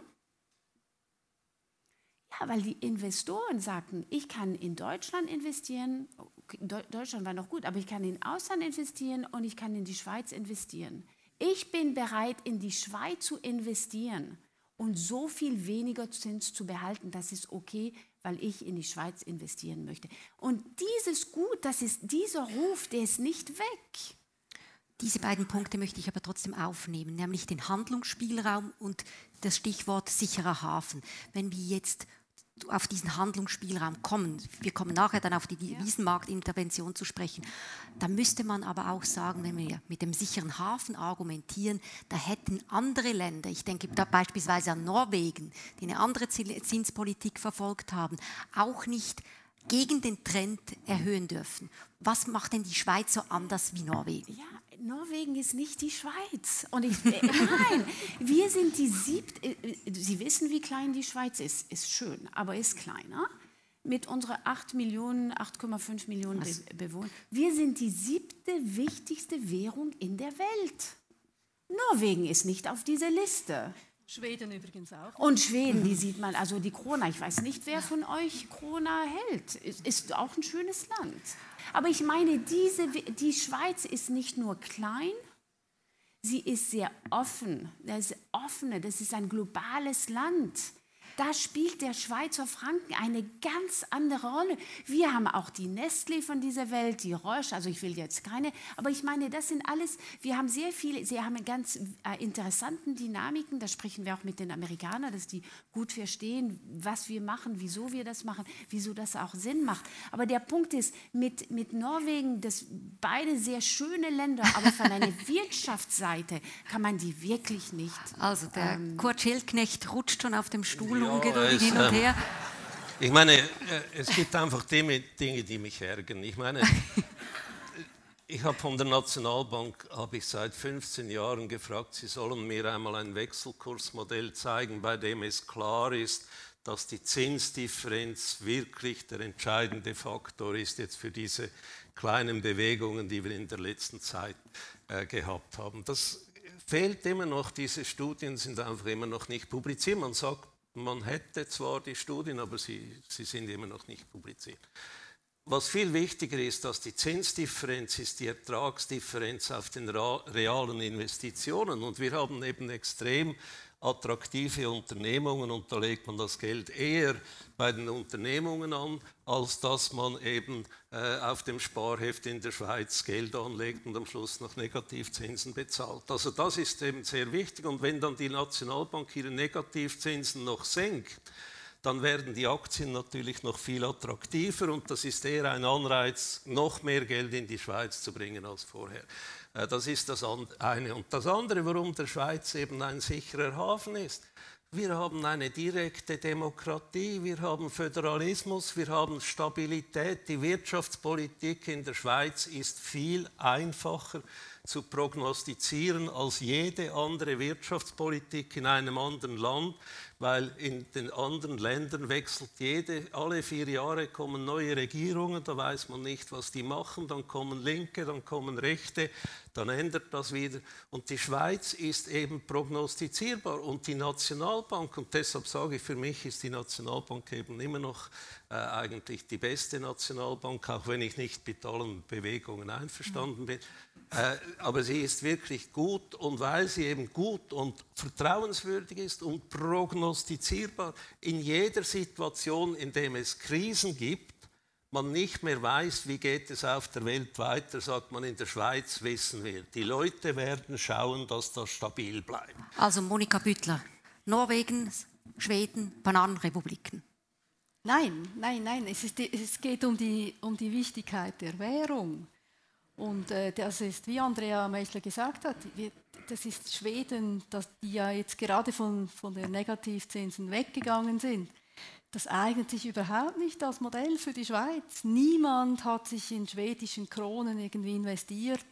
Ja, weil die Investoren sagten, ich kann in Deutschland investieren, Deutschland war noch gut, aber ich kann in Ausland investieren und ich kann in die Schweiz investieren. Ich bin bereit, in die Schweiz zu investieren und so viel weniger Zins zu behalten, das ist okay, weil ich in die Schweiz investieren möchte. Und dieses Gut, dieser Ruf, der ist nicht weg. Diese beiden Punkte möchte ich aber trotzdem aufnehmen, nämlich den Handlungsspielraum und das Stichwort sicherer Hafen. Wenn wir jetzt auf diesen Handlungsspielraum kommen, wir kommen nachher dann auf die Devisenmarktintervention zu sprechen, da müsste man aber auch sagen, wenn wir mit dem sicheren Hafen argumentieren, da hätten andere Länder, ich denke da beispielsweise an Norwegen, die eine andere Zinspolitik verfolgt haben, auch nicht gegen den Trend erhöhen dürfen. Was macht denn die Schweiz so anders wie Norwegen? Ja, Norwegen ist nicht die Schweiz. Und nein, wir sind die Sie wissen, wie klein die Schweiz ist. Ist schön, aber ist kleiner. Mit unseren 8,5 Millionen Bewohnern. Wir sind die 7. wichtigste Währung in der Welt. Norwegen ist nicht auf dieser Liste. Schweden übrigens auch. Und Schweden, die sieht man, also die Krona, ich weiß nicht, wer von euch Krona hält. Ist auch ein schönes Land. Aber ich meine, die Schweiz ist nicht nur klein, sie ist sehr offen. Das ist ein globales Land. da spielt der Schweizer Franken eine ganz andere Rolle. Wir haben auch die Nestlé von dieser Welt, die Roche, also ich will jetzt keine, aber ich meine, das sind alles, wir haben sehr viele, sie haben ganz interessanten Dynamiken, da sprechen wir auch mit den Amerikanern, dass die gut verstehen, was wir machen, wieso wir das machen, wieso das auch Sinn macht. Aber der Punkt ist, mit Norwegen, das beide sehr schöne Länder, aber von einer Wirtschaftsseite kann man die wirklich nicht. Also der Kurt Schildknecht rutscht schon auf dem Stuhl Ja, ungeduldig hin und her. Ich meine, es gibt einfach Dinge, die mich ärgern. Ich meine, ich habe von der Nationalbank seit 15 Jahren gefragt, sie sollen mir einmal ein Wechselkursmodell zeigen, bei dem es klar ist, dass die Zinsdifferenz wirklich der entscheidende Faktor ist jetzt für diese kleinen Bewegungen, die wir in der letzten Zeit gehabt haben. Das fehlt immer noch, diese Studien sind einfach immer noch nicht publiziert. Man sagt, man hätte zwar die Studien, aber sie sind immer noch nicht publiziert. Was viel wichtiger ist als die Zinsdifferenz, ist die Ertragsdifferenz auf den realen Investitionen. Und wir haben eben extrem attraktive Unternehmungen und da legt man das Geld eher bei den Unternehmungen an, als dass man eben auf dem Sparheft in der Schweiz Geld anlegt und am Schluss noch Negativzinsen bezahlt. Also das ist eben sehr wichtig und wenn dann die Nationalbank ihre Negativzinsen noch senkt, dann werden die Aktien natürlich noch viel attraktiver und das ist eher ein Anreiz, noch mehr Geld in die Schweiz zu bringen als vorher. Das ist das eine. Und das andere, warum der Schweiz eben ein sicherer Hafen ist. Wir haben eine direkte Demokratie, wir haben Föderalismus, wir haben Stabilität. Die Wirtschaftspolitik in der Schweiz ist viel einfacher zu prognostizieren als jede andere Wirtschaftspolitik in einem anderen Land, weil in den anderen Ländern wechselt alle 4 Jahre kommen neue Regierungen, da weiß man nicht, was die machen, dann kommen Linke, dann kommen Rechte, dann ändert das wieder. Und die Schweiz ist eben prognostizierbar und die Nationalbank, und deshalb sage ich, für mich ist die Nationalbank eben immer noch eigentlich die beste Nationalbank, auch wenn ich nicht mit allen Bewegungen einverstanden bin. Aber sie ist wirklich gut und weil sie eben gut und vertrauenswürdig ist und prognostizierbar in jeder Situation, in der es Krisen gibt, man nicht mehr weiß, wie geht es auf der Welt weiter, sagt man in der Schweiz, wissen wir. Die Leute werden schauen, dass das stabil bleibt. Also Monika Büttler, Norwegen, Schweden, Bananenrepubliken. Nein. Es geht um die Wichtigkeit der Währung. Und das ist, wie Andrea Meissler gesagt hat, das ist Schweden, die ja jetzt gerade von den Negativzinsen weggegangen sind, das eignet sich überhaupt nicht als Modell für die Schweiz. Niemand hat sich in schwedischen Kronen irgendwie investiert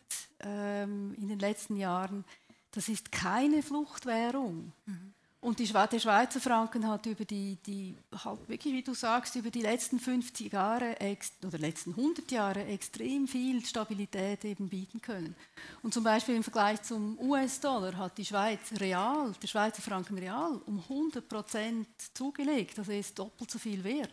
in den letzten Jahren. Das ist keine Fluchtwährung. Mhm. Und der Schweizer Franken hat über halt wirklich, wie du sagst, über die letzten 50 Jahre oder letzten 100 Jahre extrem viel Stabilität eben bieten können. Und zum Beispiel im Vergleich zum US-Dollar hat der Schweizer Franken real um 100% zugelegt. Also er ist doppelt so viel wert.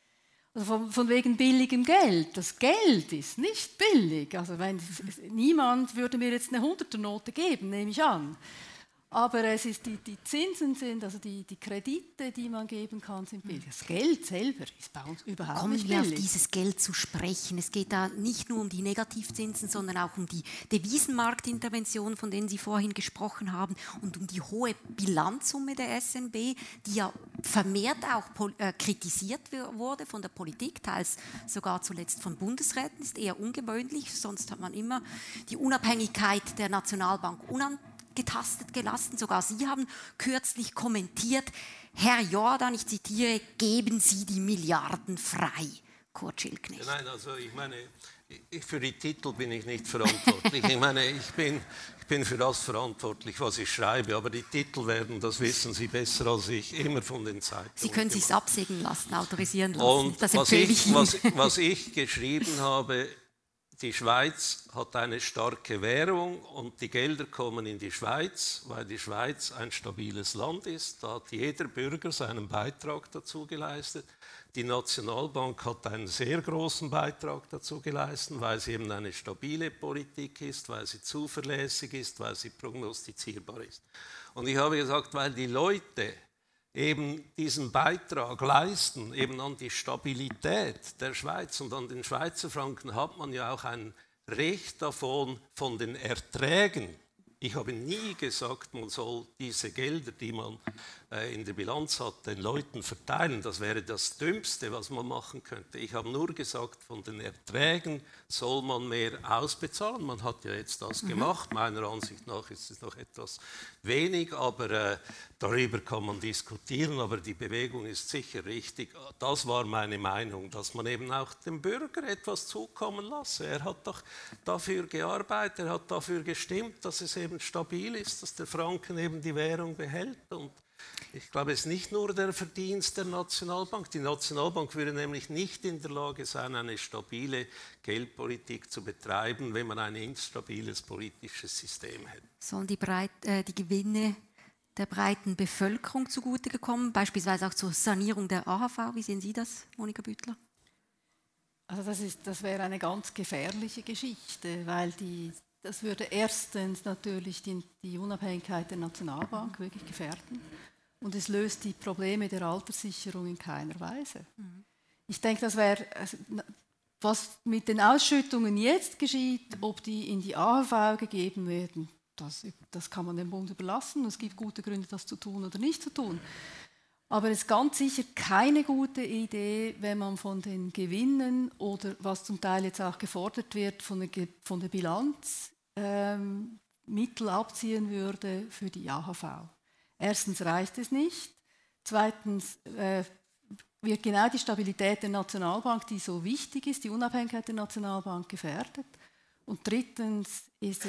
Also von wegen billigem Geld. Das Geld ist nicht billig. Also niemand würde mir jetzt eine 100er-Note geben, nehme ich an. Aber es ist die Zinsen sind, also die Kredite, die man geben kann, sind billig. Das Geld selber ist bei uns überhaupt nicht billig. Kommen wir auf dieses Geld zu sprechen. Es geht da nicht nur um die Negativzinsen, sondern auch um die Devisenmarktintervention, von denen Sie vorhin gesprochen haben, und um die hohe Bilanzsumme der SNB, die ja vermehrt auch kritisiert wurde von der Politik, teils sogar zuletzt von Bundesräten. Das ist eher ungewöhnlich, sonst hat man immer die Unabhängigkeit der Nationalbank getastet gelassen. Sogar Sie haben kürzlich kommentiert, Herr Jordan, ich zitiere, geben Sie die Milliarden frei, Kurt Schildknecht. Nein, also ich meine, für die Titel bin ich nicht verantwortlich. Ich meine, ich bin für das verantwortlich, was ich schreibe, aber die Titel werden, das wissen Sie besser als ich, immer von den Zeitungen. Sie können es sich absegnen lassen, autorisieren lassen. Und das empfehle ich Ihnen. Was ich geschrieben habe, die Schweiz hat eine starke Währung und die Gelder kommen in die Schweiz, weil die Schweiz ein stabiles Land ist. Da hat jeder Bürger seinen Beitrag dazu geleistet. Die Nationalbank hat einen sehr großen Beitrag dazu geleistet, weil sie eben eine stabile Politik ist, weil sie zuverlässig ist, weil sie prognostizierbar ist. Und ich habe gesagt, weil die Leute eben diesen Beitrag leisten, eben an die Stabilität der Schweiz. Und an den Schweizer Franken hat man ja auch ein Recht davon, von den Erträgen. Ich habe nie gesagt, man soll diese Gelder, die man in der Bilanz hat, den Leuten verteilen. Das wäre das Dümmste, was man machen könnte. Ich habe nur gesagt, von den Erträgen soll man mehr ausbezahlen. Man hat ja jetzt das gemacht. Meiner Ansicht nach ist es noch etwas wenig, aber darüber kann man diskutieren. Aber die Bewegung ist sicher richtig. Das war meine Meinung, dass man eben auch dem Bürger etwas zukommen lasse. Er hat doch dafür gearbeitet, er hat dafür gestimmt, dass es eben stabil ist, dass der Franken eben die Währung behält. Und ich glaube, es ist nicht nur der Verdienst der Nationalbank. Die Nationalbank würde nämlich nicht in der Lage sein, eine stabile Geldpolitik zu betreiben, wenn man ein instabiles politisches System hätte. Sollen die Gewinne der breiten Bevölkerung zugute gekommen, beispielsweise auch zur Sanierung der AHV? Wie sehen Sie das, Monika Büttler? Also das wäre eine ganz gefährliche Geschichte, weil das würde erstens natürlich die Unabhängigkeit der Nationalbank wirklich gefährden und es löst die Probleme der Alterssicherung in keiner Weise. Ich denke, das wäre, was mit den Ausschüttungen jetzt geschieht, ob die in die AHV gegeben werden, das kann man dem Bund überlassen. Es gibt gute Gründe, das zu tun oder nicht zu tun. Aber es ist ganz sicher keine gute Idee, wenn man von den Gewinnen oder was zum Teil jetzt auch gefordert wird, von der Bilanz Mittel abziehen würde für die AHV. Erstens reicht es nicht. Zweitens wird genau die Stabilität der Nationalbank, die so wichtig ist, die Unabhängigkeit der Nationalbank gefährdet. Und drittens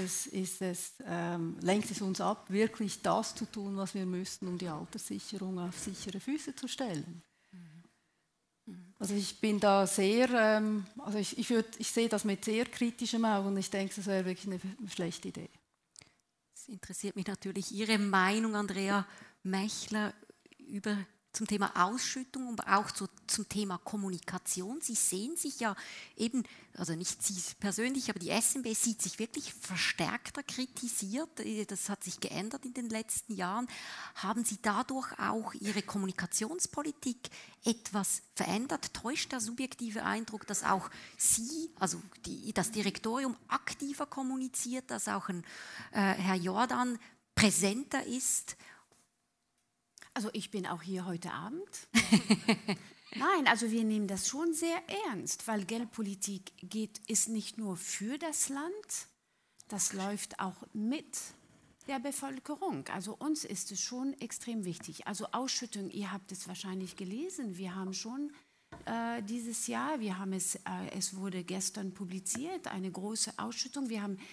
lenkt es uns ab, wirklich das zu tun, was wir müssten, um die Alterssicherung auf sichere Füße zu stellen. Also ich bin da sehr, ich sehe das mit sehr kritischem Auge und ich denke, das wäre wirklich eine schlechte Idee. Es interessiert mich natürlich Ihre Meinung, Andrea Mächler, zum Thema Ausschüttung, aber auch zum Thema Kommunikation. Sie sehen sich ja eben, also nicht Sie persönlich, aber die SNB sieht sich wirklich verstärkter kritisiert. Das hat sich geändert in den letzten Jahren. Haben Sie dadurch auch Ihre Kommunikationspolitik etwas verändert? Täuscht der subjektive Eindruck, dass auch Sie, also das Direktorium aktiver kommuniziert, dass auch Herr Jordan präsenter ist? Also ich bin auch hier heute Abend. Nein, also wir nehmen das schon sehr ernst, weil Geldpolitik ist nicht nur für das Land, das läuft auch mit der Bevölkerung. Also uns ist es schon extrem wichtig. Also Ausschüttung, ihr habt es wahrscheinlich gelesen, wir haben schon dieses Jahr, es wurde gestern publiziert, eine große Ausschüttung. Wir haben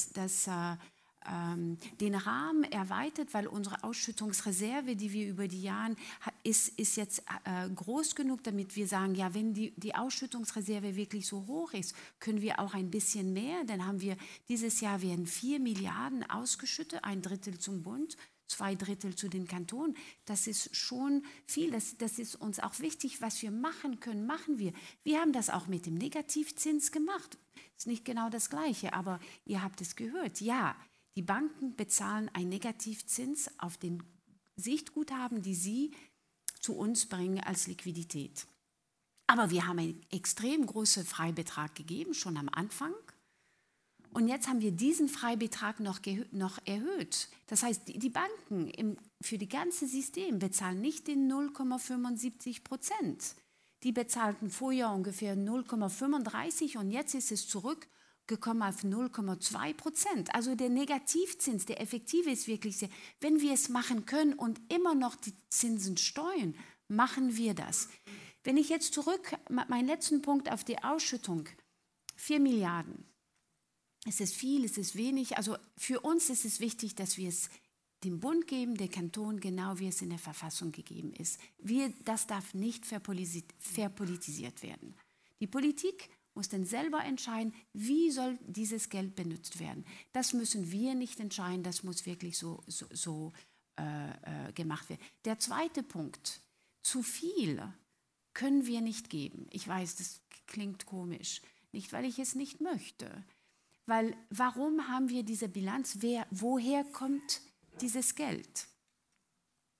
den Rahmen erweitert, weil unsere Ausschüttungsreserve, die wir über die Jahre, ist jetzt groß genug, damit wir sagen, ja, wenn die Ausschüttungsreserve wirklich so hoch ist, können wir auch ein bisschen mehr. Dann haben wir, dieses Jahr werden 4 Milliarden ausgeschüttet, 1/3 zum Bund, 2/3 zu den Kantonen. Das ist schon viel, das ist uns auch wichtig, was wir machen können, machen wir. Wir haben das auch mit dem Negativzins gemacht. Ist nicht genau das Gleiche, aber ihr habt es gehört, ja. Die Banken bezahlen einen Negativzins auf den Sichtguthaben, die sie zu uns bringen als Liquidität. Aber wir haben einen extrem großen Freibetrag gegeben, schon am Anfang. Und jetzt haben wir diesen Freibetrag noch erhöht. Das heißt, die Banken für das ganze System bezahlen nicht den 0,75%. Die bezahlten vorher ungefähr 0,35% und jetzt ist es zurückgekommen auf 0,2%. Also der Negativzins, der effektive ist wirklich sehr. Wenn wir es machen können und immer noch die Zinsen steuern, machen wir das. Wenn ich jetzt meinen letzten Punkt auf die Ausschüttung, 4 Milliarden. Es ist viel, es ist wenig. Also für uns ist es wichtig, dass wir es dem Bund geben, der Kanton, genau wie es in der Verfassung gegeben ist. Das darf nicht verpolitisiert werden. Die Politik muss dann selber entscheiden, wie soll dieses Geld benutzt werden. Das müssen wir nicht entscheiden, das muss wirklich so gemacht werden. Der zweite Punkt, zu viel können wir nicht geben. Ich weiß, das klingt komisch, nicht weil ich es nicht möchte. Weil warum haben wir diese Bilanz? Woher kommt dieses Geld?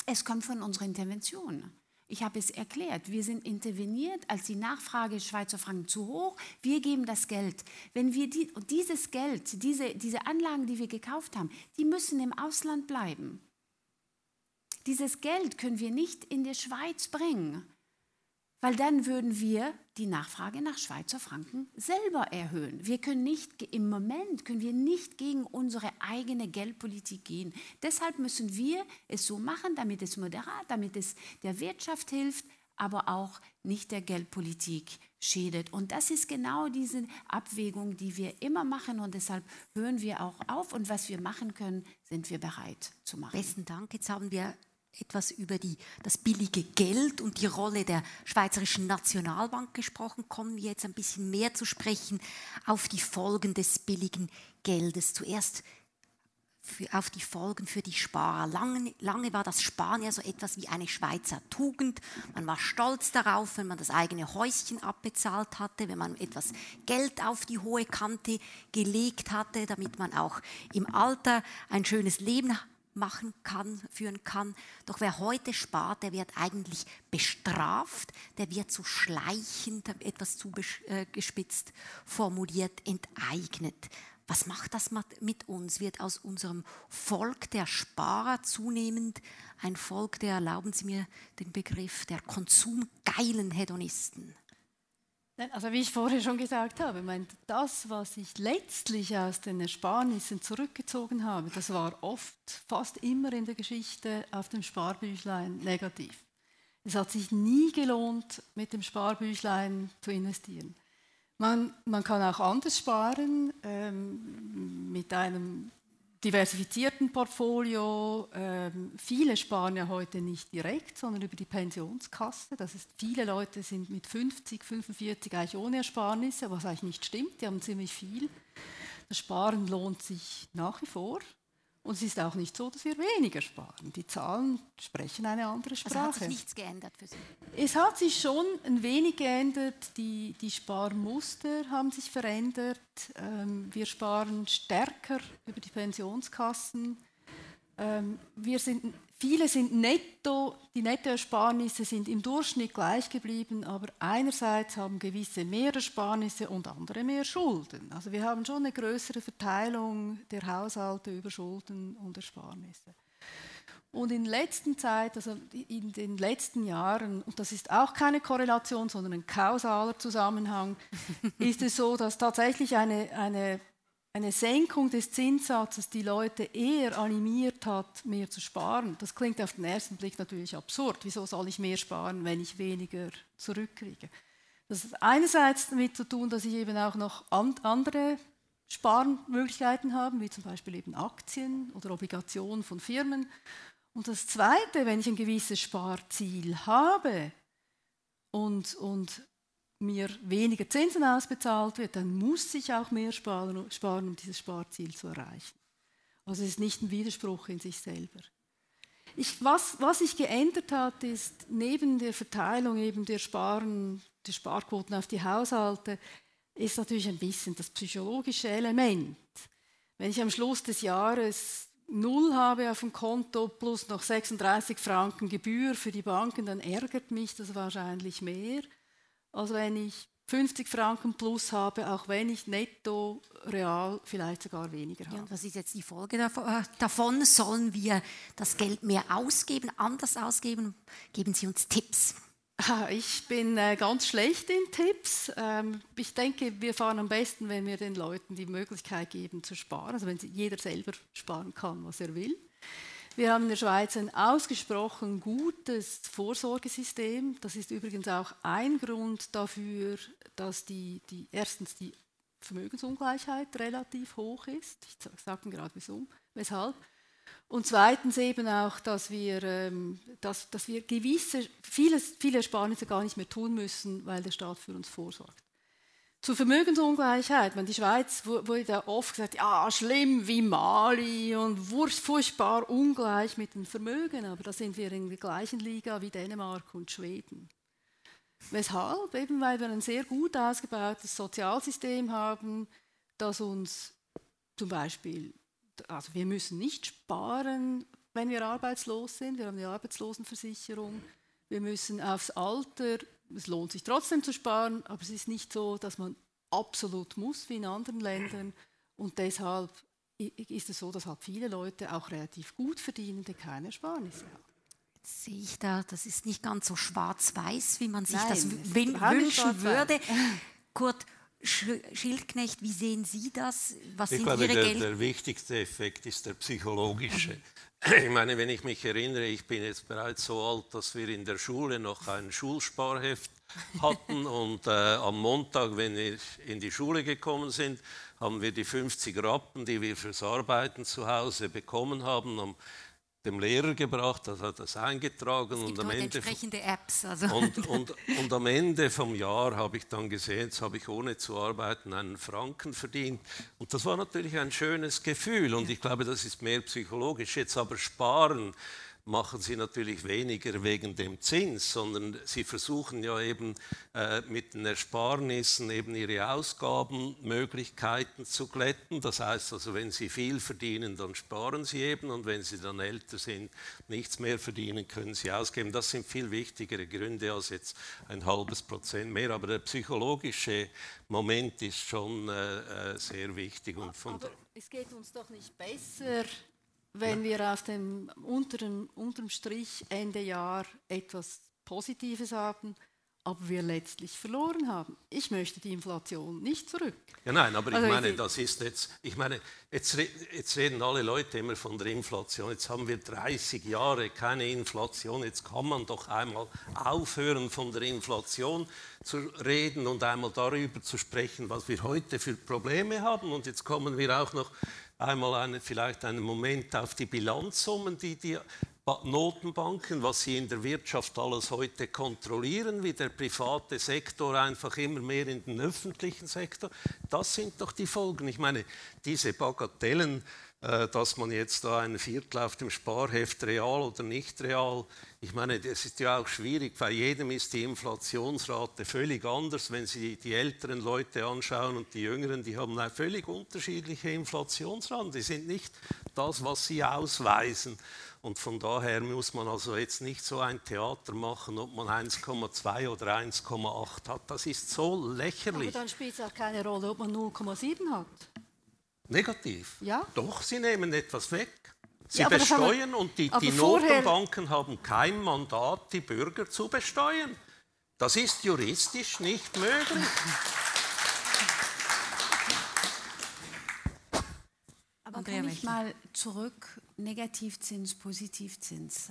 Es kommt von unserer Intervention. Ich habe es erklärt, wir sind interveniert, als die Nachfrage Schweizer Franken zu hoch, wir geben das Geld. Wenn wir dieses Geld, diese Anlagen, die wir gekauft haben, die müssen im Ausland bleiben. Dieses Geld können wir nicht in die Schweiz bringen, weil dann würden wir die Nachfrage nach Schweizer Franken selber erhöhen. Im Moment können wir nicht gegen unsere eigene Geldpolitik gehen. Deshalb müssen wir es so machen, damit es moderat, damit es der Wirtschaft hilft, aber auch nicht der Geldpolitik schädet. Und das ist genau diese Abwägung, die wir immer machen und deshalb hören wir auch auf und was wir machen können, sind wir bereit zu machen. Besten Dank. Jetzt haben wir etwas über das billige Geld und die Rolle der Schweizerischen Nationalbank gesprochen. Kommen wir jetzt ein bisschen mehr zu sprechen auf die Folgen des billigen Geldes. Zuerst auf die Folgen für die Sparer. Lange war das Sparen ja so etwas wie eine Schweizer Tugend. Man war stolz darauf, wenn man das eigene Häuschen abbezahlt hatte, wenn man etwas Geld auf die hohe Kante gelegt hatte, damit man auch im Alter ein schönes Leben führen kann. Doch wer heute spart, der wird eigentlich bestraft, der wird so schleichend, etwas zugespitzt formuliert, enteignet. Was macht das mit uns? Wird aus unserem Volk der Sparer zunehmend ein Volk der, erlauben Sie mir den Begriff, der konsumgeilen Hedonisten? Also wie ich vorher schon gesagt habe, das, was ich letztlich aus den Ersparnissen zurückgezogen habe, das war oft, fast immer in der Geschichte auf dem Sparbüchlein negativ. Es hat sich nie gelohnt, mit dem Sparbüchlein zu investieren. Man kann auch anders sparen, mit einem diversifizierten Portfolio. Viele sparen ja heute nicht direkt, sondern über die Pensionskasse. Das ist, viele Leute sind mit 50, 45 eigentlich ohne Ersparnisse, was eigentlich nicht stimmt. Die haben ziemlich viel. Das Sparen lohnt sich nach wie vor. Und es ist auch nicht so, dass wir weniger sparen. Die Zahlen sprechen eine andere Sprache. Also hat sich nichts geändert für Sie? Es hat sich schon ein wenig geändert. Die Sparmuster haben sich verändert. Wir sparen stärker über die Pensionskassen. Viele sind die Nettoersparnisse sind im Durchschnitt gleich geblieben, aber einerseits haben gewisse mehr Ersparnisse und andere mehr Schulden. Also wir haben schon eine größere Verteilung der Haushalte über Schulden und Ersparnisse. Und in letzter Zeit, also in den letzten Jahren, und das ist auch keine Korrelation, sondern ein kausaler Zusammenhang, ist es so, dass tatsächlich eine Senkung des Zinssatzes die Leute eher animiert hat, mehr zu sparen. Das klingt auf den ersten Blick natürlich absurd. Wieso soll ich mehr sparen, wenn ich weniger zurückkriege? Das hat einerseits damit zu tun, dass ich eben auch noch andere Sparmöglichkeiten habe, wie zum Beispiel eben Aktien oder Obligationen von Firmen. Und das Zweite, wenn ich ein gewisses Sparziel habe und mir weniger Zinsen ausbezahlt wird, dann muss ich auch mehr sparen, um dieses Sparziel zu erreichen. Also es ist nicht ein Widerspruch in sich selber. Was sich geändert hat, ist neben der Verteilung eben der Sparquoten auf die Haushalte, ist natürlich ein bisschen das psychologische Element. Wenn ich am Schluss des Jahres 0 habe auf dem Konto plus noch 36 Franken Gebühr für die Banken, dann ärgert mich das wahrscheinlich mehr, als wenn ich 50 Franken plus habe, auch wenn ich netto real vielleicht sogar weniger habe. Ja, und was ist jetzt die Folge davon? Sollen wir das Geld mehr ausgeben, anders ausgeben? Geben Sie uns Tipps. Ich bin ganz schlecht in Tipps. Ich denke, wir fahren am besten, wenn wir den Leuten die Möglichkeit geben zu sparen, also wenn jeder selber sparen kann, was er will. Wir haben in der Schweiz ein ausgesprochen gutes Vorsorgesystem. Das ist übrigens auch ein Grund dafür, dass erstens die Vermögensungleichheit relativ hoch ist. Ich sage Ihnen gerade weshalb. Und zweitens eben auch, dass wir viele Ersparnisse gar nicht mehr tun müssen, weil der Staat für uns vorsorgt. Zur Vermögensungleichheit. Die Schweiz wurde da oft gesagt, ja, schlimm wie Mali und furchtbar ungleich mit dem Vermögen, aber da sind wir in der gleichen Liga wie Dänemark und Schweden. Weshalb? Eben weil wir ein sehr gut ausgebautes Sozialsystem haben, das uns zum Beispiel, also wir müssen nicht sparen, wenn wir arbeitslos sind, wir haben die Arbeitslosenversicherung, wir müssen aufs Alter, es lohnt sich trotzdem zu sparen, aber es ist nicht so, dass man absolut muss, wie in anderen Ländern. Und deshalb ist es so, dass halt viele Leute, auch relativ gut verdienende, keine Ersparnisse haben. Jetzt sehe ich da, das ist nicht ganz so schwarz-weiß, wie man sich Nein, das wünschen würde. Kurt Schildknecht, wie sehen Sie das? Was ich sind glaube, Ihre der wichtigste Effekt ist der psychologische. Ich meine, wenn ich mich erinnere, ich bin jetzt bereits so alt, dass wir in der Schule noch ein Schulsparheft hatten und am Montag, wenn wir in die Schule gekommen sind, haben wir die 50 Rappen, die wir fürs Arbeiten zu Hause bekommen haben, dem Lehrer gebracht, das hat das eingetragen. Es gibt und am Ende entsprechende Apps. Also. Und am Ende vom Jahr habe ich dann gesehen, jetzt habe ich ohne zu arbeiten einen Franken verdient. Und das war natürlich ein schönes Gefühl und ich glaube, das ist mehr psychologisch. Jetzt aber sparen machen sie natürlich weniger wegen dem Zins, sondern sie versuchen ja eben mit den Ersparnissen eben ihre Ausgabenmöglichkeiten zu glätten. Das heißt also, wenn sie viel verdienen, dann sparen sie eben und wenn sie dann älter sind, nichts mehr verdienen, können sie ausgeben. Das sind viel wichtigere Gründe als jetzt 0,5% mehr, aber der psychologische Moment ist schon sehr wichtig. Und aber es geht uns doch nicht besser, wenn wir auf dem unterm Strich Ende Jahr etwas Positives haben, aber wir letztlich verloren haben. Ich möchte die Inflation nicht zurück. Ja, nein, aber ich meine, das ist jetzt, jetzt reden alle Leute immer von der Inflation. Jetzt haben wir 30 Jahre keine Inflation. Jetzt kann man doch einmal aufhören, von der Inflation zu reden und einmal darüber zu sprechen, was wir heute für Probleme haben. Und jetzt kommen wir auch noch einmal vielleicht einen Moment auf die Bilanzsummen, die Notenbanken, was sie in der Wirtschaft alles heute kontrollieren, wie der private Sektor einfach immer mehr in den öffentlichen Sektor. Das sind doch die Folgen. Ich meine, diese Bagatellen, dass man jetzt da ein Viertel auf dem Sparheft real oder nicht real, ich meine, das ist ja auch schwierig, bei jedem ist die Inflationsrate völlig anders. Wenn Sie die älteren Leute anschauen und die jüngeren, die haben eine völlig unterschiedliche Inflationsraten. Die sind nicht das, was sie ausweisen. Und von daher muss man also jetzt nicht so ein Theater machen, ob man 1,2 oder 1,8 hat. Das ist so lächerlich. Aber dann spielt es auch keine Rolle, ob man 0,7 hat. Negativ? Ja. Doch, sie nehmen etwas weg. Sie Ja, besteuern und die Notenbanken haben kein Mandat, die Bürger zu besteuern. Das ist juristisch nicht möglich. Aber kann ich mal zurück, Negativzins, Positivzins.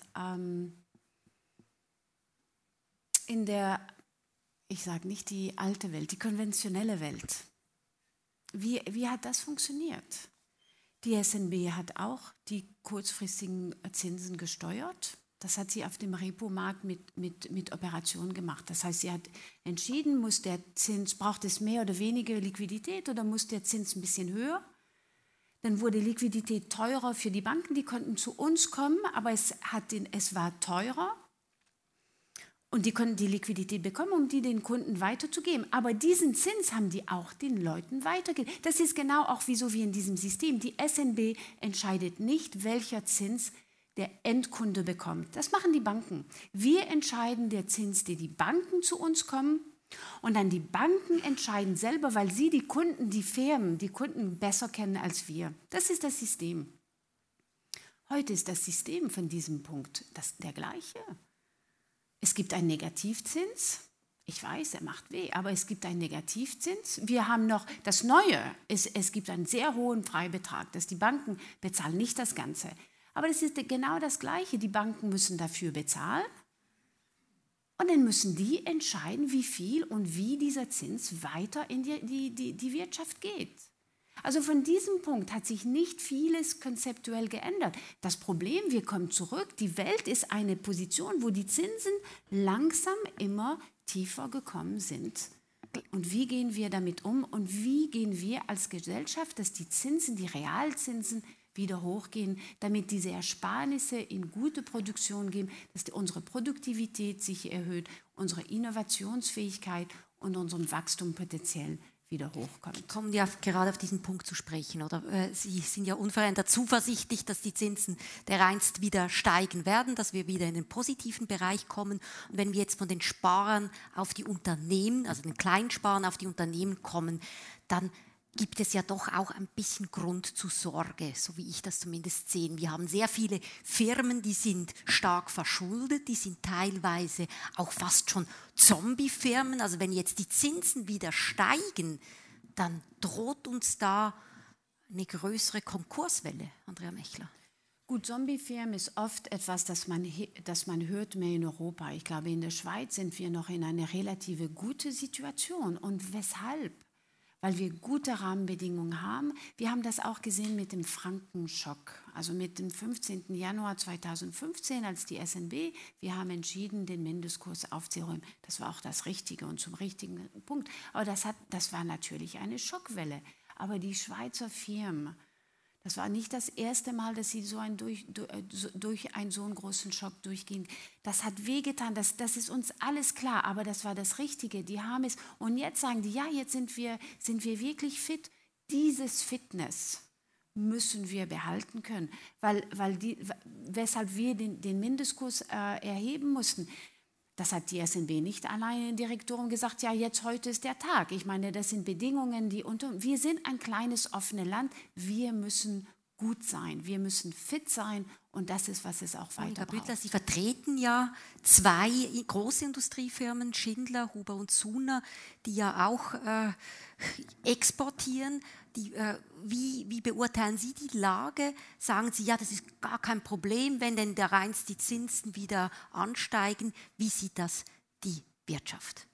In der, ich sage nicht die alte Welt, die konventionelle Welt, wie hat das funktioniert? Die SNB hat auch die kurzfristigen Zinsen gesteuert. Das hat sie auf dem Repo-Markt mit Operationen gemacht. Das heißt, sie hat entschieden, braucht es mehr oder weniger Liquidität oder muss der Zins ein bisschen höher? Dann wurde Liquidität teurer für die Banken, die konnten zu uns kommen, aber es war teurer. Und die konnten die Liquidität bekommen, um die den Kunden weiterzugeben. Aber diesen Zins haben die auch den Leuten weitergegeben. Das ist genau auch so wie in diesem System. Die SNB entscheidet nicht, welcher Zins der Endkunde bekommt. Das machen die Banken. Wir entscheiden den Zins, den die Banken zu uns kommen. Und dann die Banken entscheiden selber, weil sie die Kunden, die Firmen, die Kunden besser kennen als wir. Das ist das System. Heute ist das System von diesem Punkt der gleiche. Es gibt einen Negativzins. Ich weiß, er macht weh, aber es gibt einen Negativzins. Wir haben noch das Neue. Es gibt einen sehr hohen Freibetrag, dass die Banken bezahlen, nicht das Ganze. Aber das ist genau das Gleiche. Die Banken müssen dafür bezahlen. Und dann müssen die entscheiden, wie viel und wie dieser Zins weiter in die Wirtschaft geht. Also von diesem Punkt hat sich nicht vieles konzeptuell geändert. Das Problem, wir kommen zurück, die Welt ist eine Position, wo die Zinsen langsam immer tiefer gekommen sind. Und wie gehen wir damit um und wie gehen wir als Gesellschaft, dass die Zinsen, die Realzinsen wieder hochgehen, damit diese Ersparnisse in gute Produktion gehen, dass unsere Produktivität sich erhöht, unsere Innovationsfähigkeit und unserem Wachstum potenziell wieder hochkommt. Kommen wir gerade auf diesen Punkt zu sprechen, oder? Sie sind ja unverändert zuversichtlich, dass die Zinsen dereinst wieder steigen werden, dass wir wieder in den positiven Bereich kommen. Und wenn wir jetzt von den Sparern auf die Unternehmen, also den Kleinsparern auf die Unternehmen kommen, dann gibt es ja doch auch ein bisschen Grund zur Sorge, so wie ich das zumindest sehe. Wir haben sehr viele Firmen, die sind stark verschuldet, die sind teilweise auch fast schon Zombie-Firmen. Also wenn jetzt die Zinsen wieder steigen, dann droht uns da eine größere Konkurswelle, Andrea Mechler. Gut, Zombie-Firmen ist oft etwas, das man hört mehr in Europa. Ich glaube, in der Schweiz sind wir noch in einer relativ guten Situation. Und weshalb? Weil wir gute Rahmenbedingungen haben. Wir haben das auch gesehen mit dem Frankenschock, also mit dem 15. Januar 2015, als die SNB, wir haben entschieden, den Mindestkurs aufzuräumen. Das war auch das Richtige und zum richtigen Punkt. Aber das war natürlich eine Schockwelle. Aber die Schweizer Firmen, das war nicht das erste Mal, dass sie durch einen so einen großen Schock durchgehen. Das hat wehgetan, das ist uns alles klar, aber das war das Richtige. Die haben es. Und jetzt sagen die, ja, jetzt sind wir wirklich fit. Dieses Fitness müssen wir behalten können, weshalb wir den Mindestkurs erheben mussten. Das hat die SNB nicht alleine im Direktorium gesagt, ja, heute ist der Tag. Ich meine, das sind Bedingungen, wir sind ein kleines, offenes Land. Wir müssen gut sein, wir müssen fit sein und das ist, was es auch weiter Herr braucht. Büttler, Sie vertreten ja zwei große Industriefirmen, Schindler, Huber und Suhner, die ja auch exportieren. Wie beurteilen Sie die Lage? Sagen Sie, ja, das ist gar kein Problem, wenn denn dereinst die Zinsen wieder ansteigen. Wie sieht das die Wirtschaft?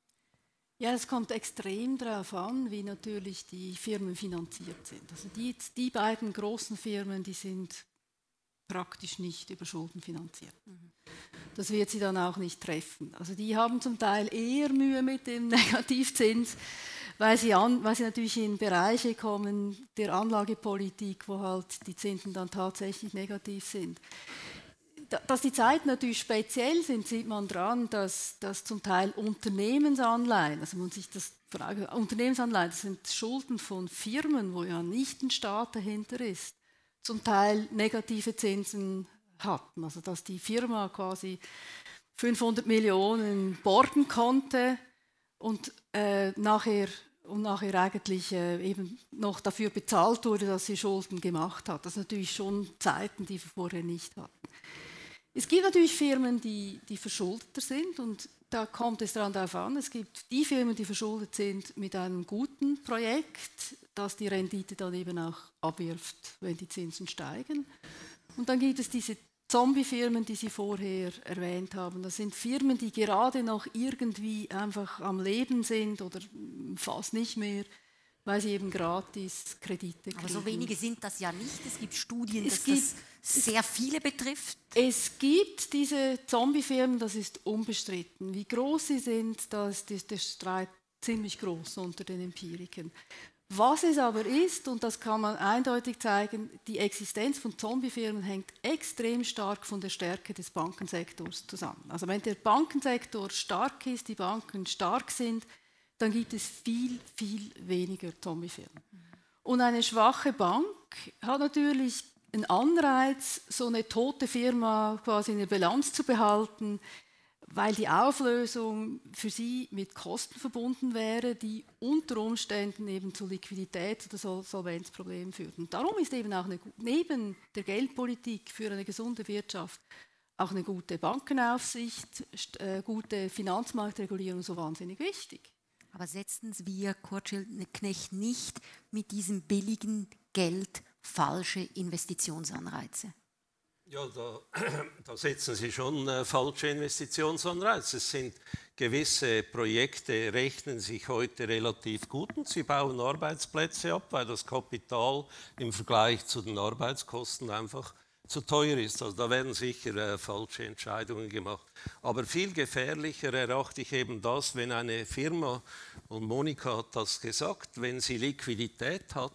Ja, es kommt extrem darauf an, wie natürlich die Firmen finanziert sind. Also die beiden großen Firmen, die sind praktisch nicht über Schulden finanziert. Das wird sie dann auch nicht treffen. Also die haben zum Teil eher Mühe mit dem Negativzins, weil sie natürlich in Bereiche kommen der Anlagepolitik, wo halt die Zinsen dann tatsächlich negativ sind. Dass die Zeiten natürlich speziell sind, sieht man daran, dass zum Teil Unternehmensanleihen, also man sich das fragt, Unternehmensanleihen, das sind Schulden von Firmen, wo ja nicht ein Staat dahinter ist, zum Teil negative Zinsen hatten. Also dass die Firma quasi 500 Millionen borgen konnte und nachher eigentlich eben noch dafür bezahlt wurde, dass sie Schulden gemacht hat. Das sind natürlich schon Zeiten, die wir vorher nicht hatten. Es gibt natürlich Firmen, die verschuldeter sind und da kommt es darauf an. Es gibt die Firmen, die verschuldet sind mit einem guten Projekt, das die Rendite dann eben auch abwirft, wenn die Zinsen steigen. Und dann gibt es diese Zombie-Firmen, die Sie vorher erwähnt haben. Das sind Firmen, die gerade noch irgendwie einfach am Leben sind oder fast nicht mehr, weil sie eben gratis Kredite kriegen. Aber so wenige sind das ja nicht. Es gibt Studien, dass das sehr viele betrifft. Es gibt diese Zombie-Firmen, das ist unbestritten. Wie groß sie sind, da ist der Streit ziemlich groß unter den Empirikern. Was es aber ist, und das kann man eindeutig zeigen, die Existenz von Zombie-Firmen hängt extrem stark von der Stärke des Bankensektors zusammen. Also wenn der Bankensektor stark ist, die Banken stark sind, dann gibt es viel, viel weniger Zombie-Firmen. Und eine schwache Bank hat natürlich einen Anreiz, so eine tote Firma quasi in der Bilanz zu behalten, weil die Auflösung für sie mit Kosten verbunden wäre, die unter Umständen eben zu Liquidität- oder Solvenzproblemen führen. Darum ist eben auch neben der Geldpolitik für eine gesunde Wirtschaft auch eine gute Bankenaufsicht, gute Finanzmarktregulierung so wahnsinnig wichtig. Aber setzen wir, Kurt Schildknecht, nicht mit diesem billigen Geld falsche Investitionsanreize? Ja, da setzen Sie schon falsche Investitionsanreize. Es sind gewisse Projekte, rechnen sich heute relativ gut und sie bauen Arbeitsplätze ab, weil das Kapital im Vergleich zu den Arbeitskosten einfach zu teuer ist. Also da werden sicher falsche Entscheidungen gemacht. Aber viel gefährlicher erachte ich eben das, wenn eine Firma, und Monika hat das gesagt, wenn sie Liquidität hat,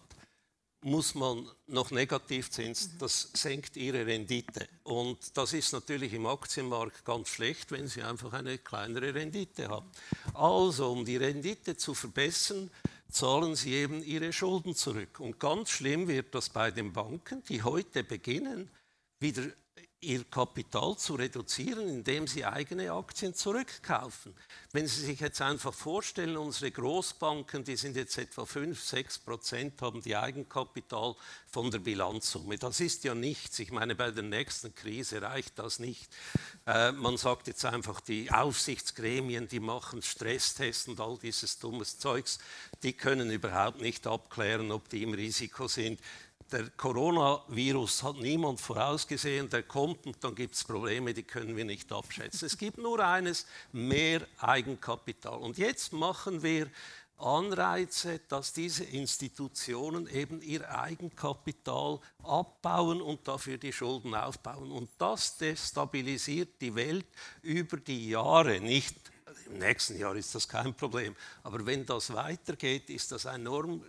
muss man noch Negativzins, das senkt ihre Rendite. Und das ist natürlich im Aktienmarkt ganz schlecht, wenn sie einfach eine kleinere Rendite haben. Also, um die Rendite zu verbessern, zahlen sie eben ihre Schulden zurück. Und ganz schlimm wird das bei den Banken, die heute beginnen, wieder ihr Kapital zu reduzieren, indem sie eigene Aktien zurückkaufen. Wenn Sie sich jetzt einfach vorstellen, unsere Großbanken, die sind jetzt etwa 5-6%, haben die Eigenkapital von der Bilanzsumme. Das ist ja nichts. Ich meine, bei der nächsten Krise reicht das nicht. Man sagt jetzt einfach, die Aufsichtsgremien, die machen Stresstests und all dieses dummes Zeugs, die können überhaupt nicht abklären, ob die im Risiko sind. Der Coronavirus hat niemand vorausgesehen, der kommt und dann gibt es Probleme, die können wir nicht abschätzen. Es gibt nur eines, mehr Eigenkapital. Und jetzt machen wir Anreize, dass diese Institutionen eben ihr Eigenkapital abbauen und dafür die Schulden aufbauen. Und das destabilisiert die Welt über die Jahre nicht. Im nächsten Jahr ist das kein Problem. Aber wenn das weitergeht, ist das enorm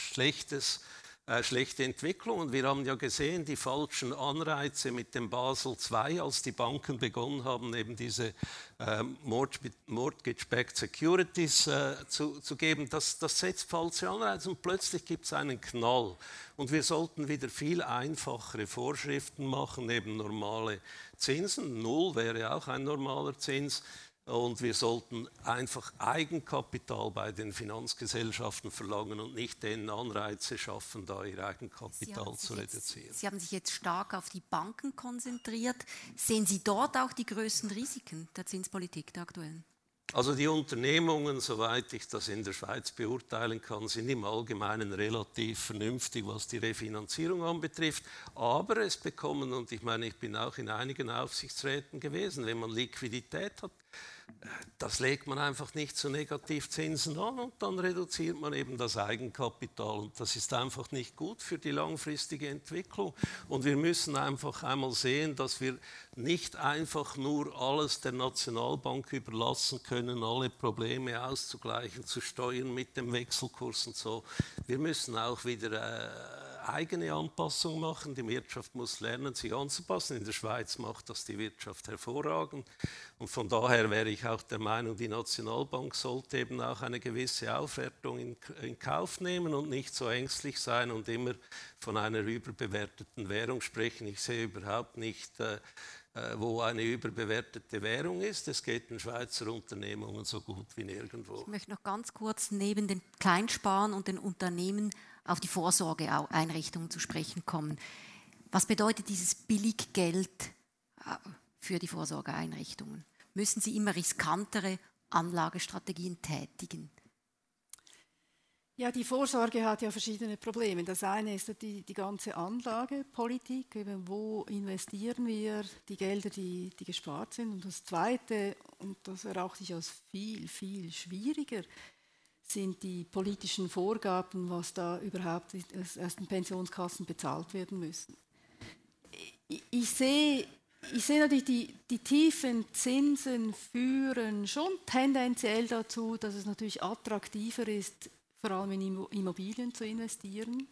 schlechte Entwicklung. Und wir haben ja gesehen, die falschen Anreize mit dem Basel II, als die Banken begonnen haben, eben diese Mortgage-Backed Securities zu geben. Das setzt falsche Anreize und plötzlich gibt es einen Knall. Und wir sollten wieder viel einfachere Vorschriften machen, eben normale Zinsen. 0 wäre auch ein normaler Zins. Und wir sollten einfach Eigenkapital bei den Finanzgesellschaften verlangen und nicht denen Anreize schaffen, da ihr Eigenkapital zu reduzieren. Sie haben sich jetzt stark auf die Banken konzentriert. Sehen Sie dort auch die größten Risiken der Zinspolitik, der aktuellen? Also die Unternehmungen, soweit ich das in der Schweiz beurteilen kann, sind im Allgemeinen relativ vernünftig, was die Refinanzierung anbetrifft. Aber es bekommen, und ich meine, ich bin auch in einigen Aufsichtsräten gewesen, wenn man Liquidität hat, das legt man einfach nicht zu Negativzinsen an und dann reduziert man eben das Eigenkapital. Und das ist einfach nicht gut für die langfristige Entwicklung. Und wir müssen einfach einmal sehen, dass wir nicht einfach nur alles der Nationalbank überlassen können, alle Probleme auszugleichen, zu steuern mit dem Wechselkurs und so. Wir müssen auch wieder eigene Anpassung machen. Die Wirtschaft muss lernen, sich anzupassen. In der Schweiz macht das die Wirtschaft hervorragend. Und von daher wäre ich auch der Meinung, die Nationalbank sollte eben auch eine gewisse Aufwertung in Kauf nehmen und nicht so ängstlich sein und immer von einer überbewerteten Währung sprechen. Ich sehe überhaupt nicht, wo eine überbewertete Währung ist. Es geht den Schweizer Unternehmungen so gut wie nirgendwo. Ich möchte noch ganz kurz neben den Kleinsparern und den Unternehmen auf die Vorsorgeeinrichtungen zu sprechen kommen. Was bedeutet dieses Billiggeld für die Vorsorgeeinrichtungen? Müssen sie immer riskantere Anlagestrategien tätigen? Ja, die Vorsorge hat ja verschiedene Probleme. Das eine ist die ganze Anlagepolitik, eben wo investieren wir die Gelder, die gespart sind. Und das Zweite, und das erachte ich als viel, viel schwieriger, sind die politischen Vorgaben, was da überhaupt aus den Pensionskassen bezahlt werden müssen. Ich sehe natürlich, die tiefen Zinsen führen schon tendenziell dazu, dass es natürlich attraktiver ist, vor allem in Immobilien zu investieren,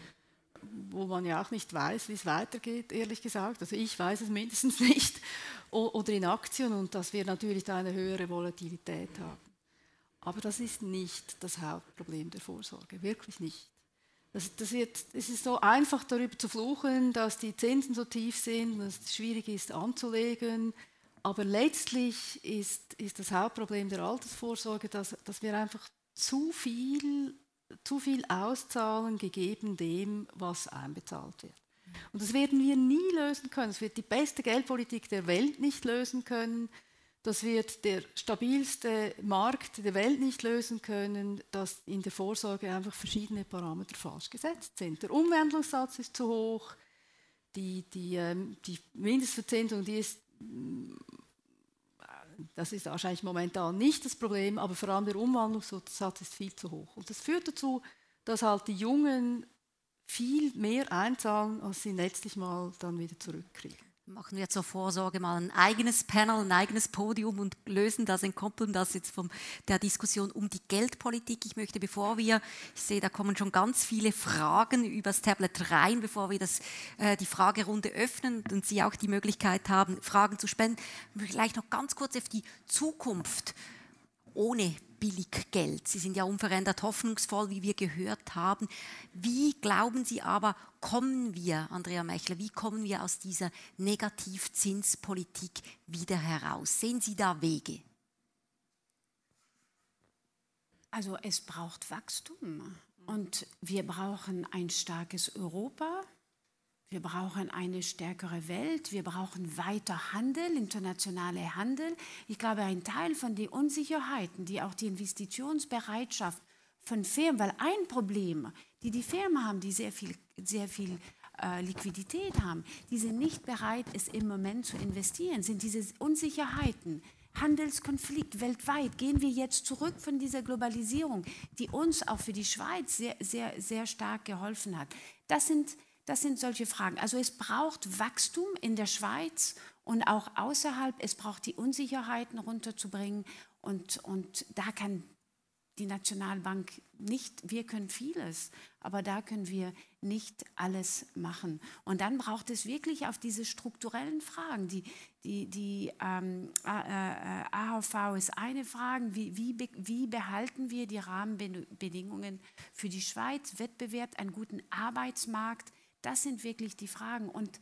wo man ja auch nicht weiß, wie es weitergeht, ehrlich gesagt. Also ich weiß es mindestens nicht. Oder in Aktien, und dass wir natürlich da eine höhere Volatilität haben. Aber das ist nicht das Hauptproblem der Vorsorge, wirklich nicht. Es ist so einfach, darüber zu fluchen, dass die Zinsen so tief sind, dass es schwierig ist anzulegen. Aber letztlich ist das Hauptproblem der Altersvorsorge, dass wir einfach zu viel auszahlen, gegeben dem, was einbezahlt wird. Und das werden wir nie lösen können. Das wird die beste Geldpolitik der Welt nicht lösen können. Das wird der stabilste Markt der Welt nicht lösen können, dass in der Vorsorge einfach verschiedene Parameter falsch gesetzt sind. Der Umwandlungssatz ist zu hoch, die Mindestverzinsung, das ist wahrscheinlich momentan nicht das Problem, aber vor allem der Umwandlungssatz ist viel zu hoch. Und das führt dazu, dass halt die Jungen viel mehr einzahlen, als sie letztlich mal dann wieder zurückkriegen. Machen wir zur Vorsorge mal ein eigenes Panel, ein eigenes Podium und entkoppeln das jetzt von der Diskussion um die Geldpolitik. Ich möchte, ich sehe, da kommen schon ganz viele Fragen übers Tablet rein, bevor wir die Fragerunde öffnen und Sie auch die Möglichkeit haben, Fragen zu stellen, vielleicht noch ganz kurz auf die Zukunft ohne Billiggeld. Sie sind ja unverändert hoffnungsvoll, wie wir gehört haben. Wie glauben Sie aber, kommen wir, Andrea Mechler, wie kommen wir aus dieser Negativzinspolitik wieder heraus? Sehen Sie da Wege? Also es braucht Wachstum und wir brauchen ein starkes Europa. Wir brauchen eine stärkere Welt, wir brauchen weiter Handel, internationale Handel. Ich glaube, ein Teil von den Unsicherheiten, die auch die Investitionsbereitschaft von Firmen, weil ein Problem, die Firmen haben, die sehr viel Liquidität haben, die sind nicht bereit, es im Moment zu investieren, sind diese Unsicherheiten. Handelskonflikt weltweit, gehen wir jetzt zurück von dieser Globalisierung, die uns auch für die Schweiz sehr stark geholfen hat. Das sind solche Fragen. Also es braucht Wachstum in der Schweiz und auch außerhalb. Es braucht die Unsicherheiten runterzubringen. Und da kann die Nationalbank nicht, wir können vieles, aber da können wir nicht alles machen. Und dann braucht es wirklich auf diese strukturellen Fragen. Die AHV ist eine Frage, wie behalten wir die Rahmenbedingungen für die Schweiz, Wettbewerb, einen guten Arbeitsmarkt. Das sind wirklich die Fragen. Und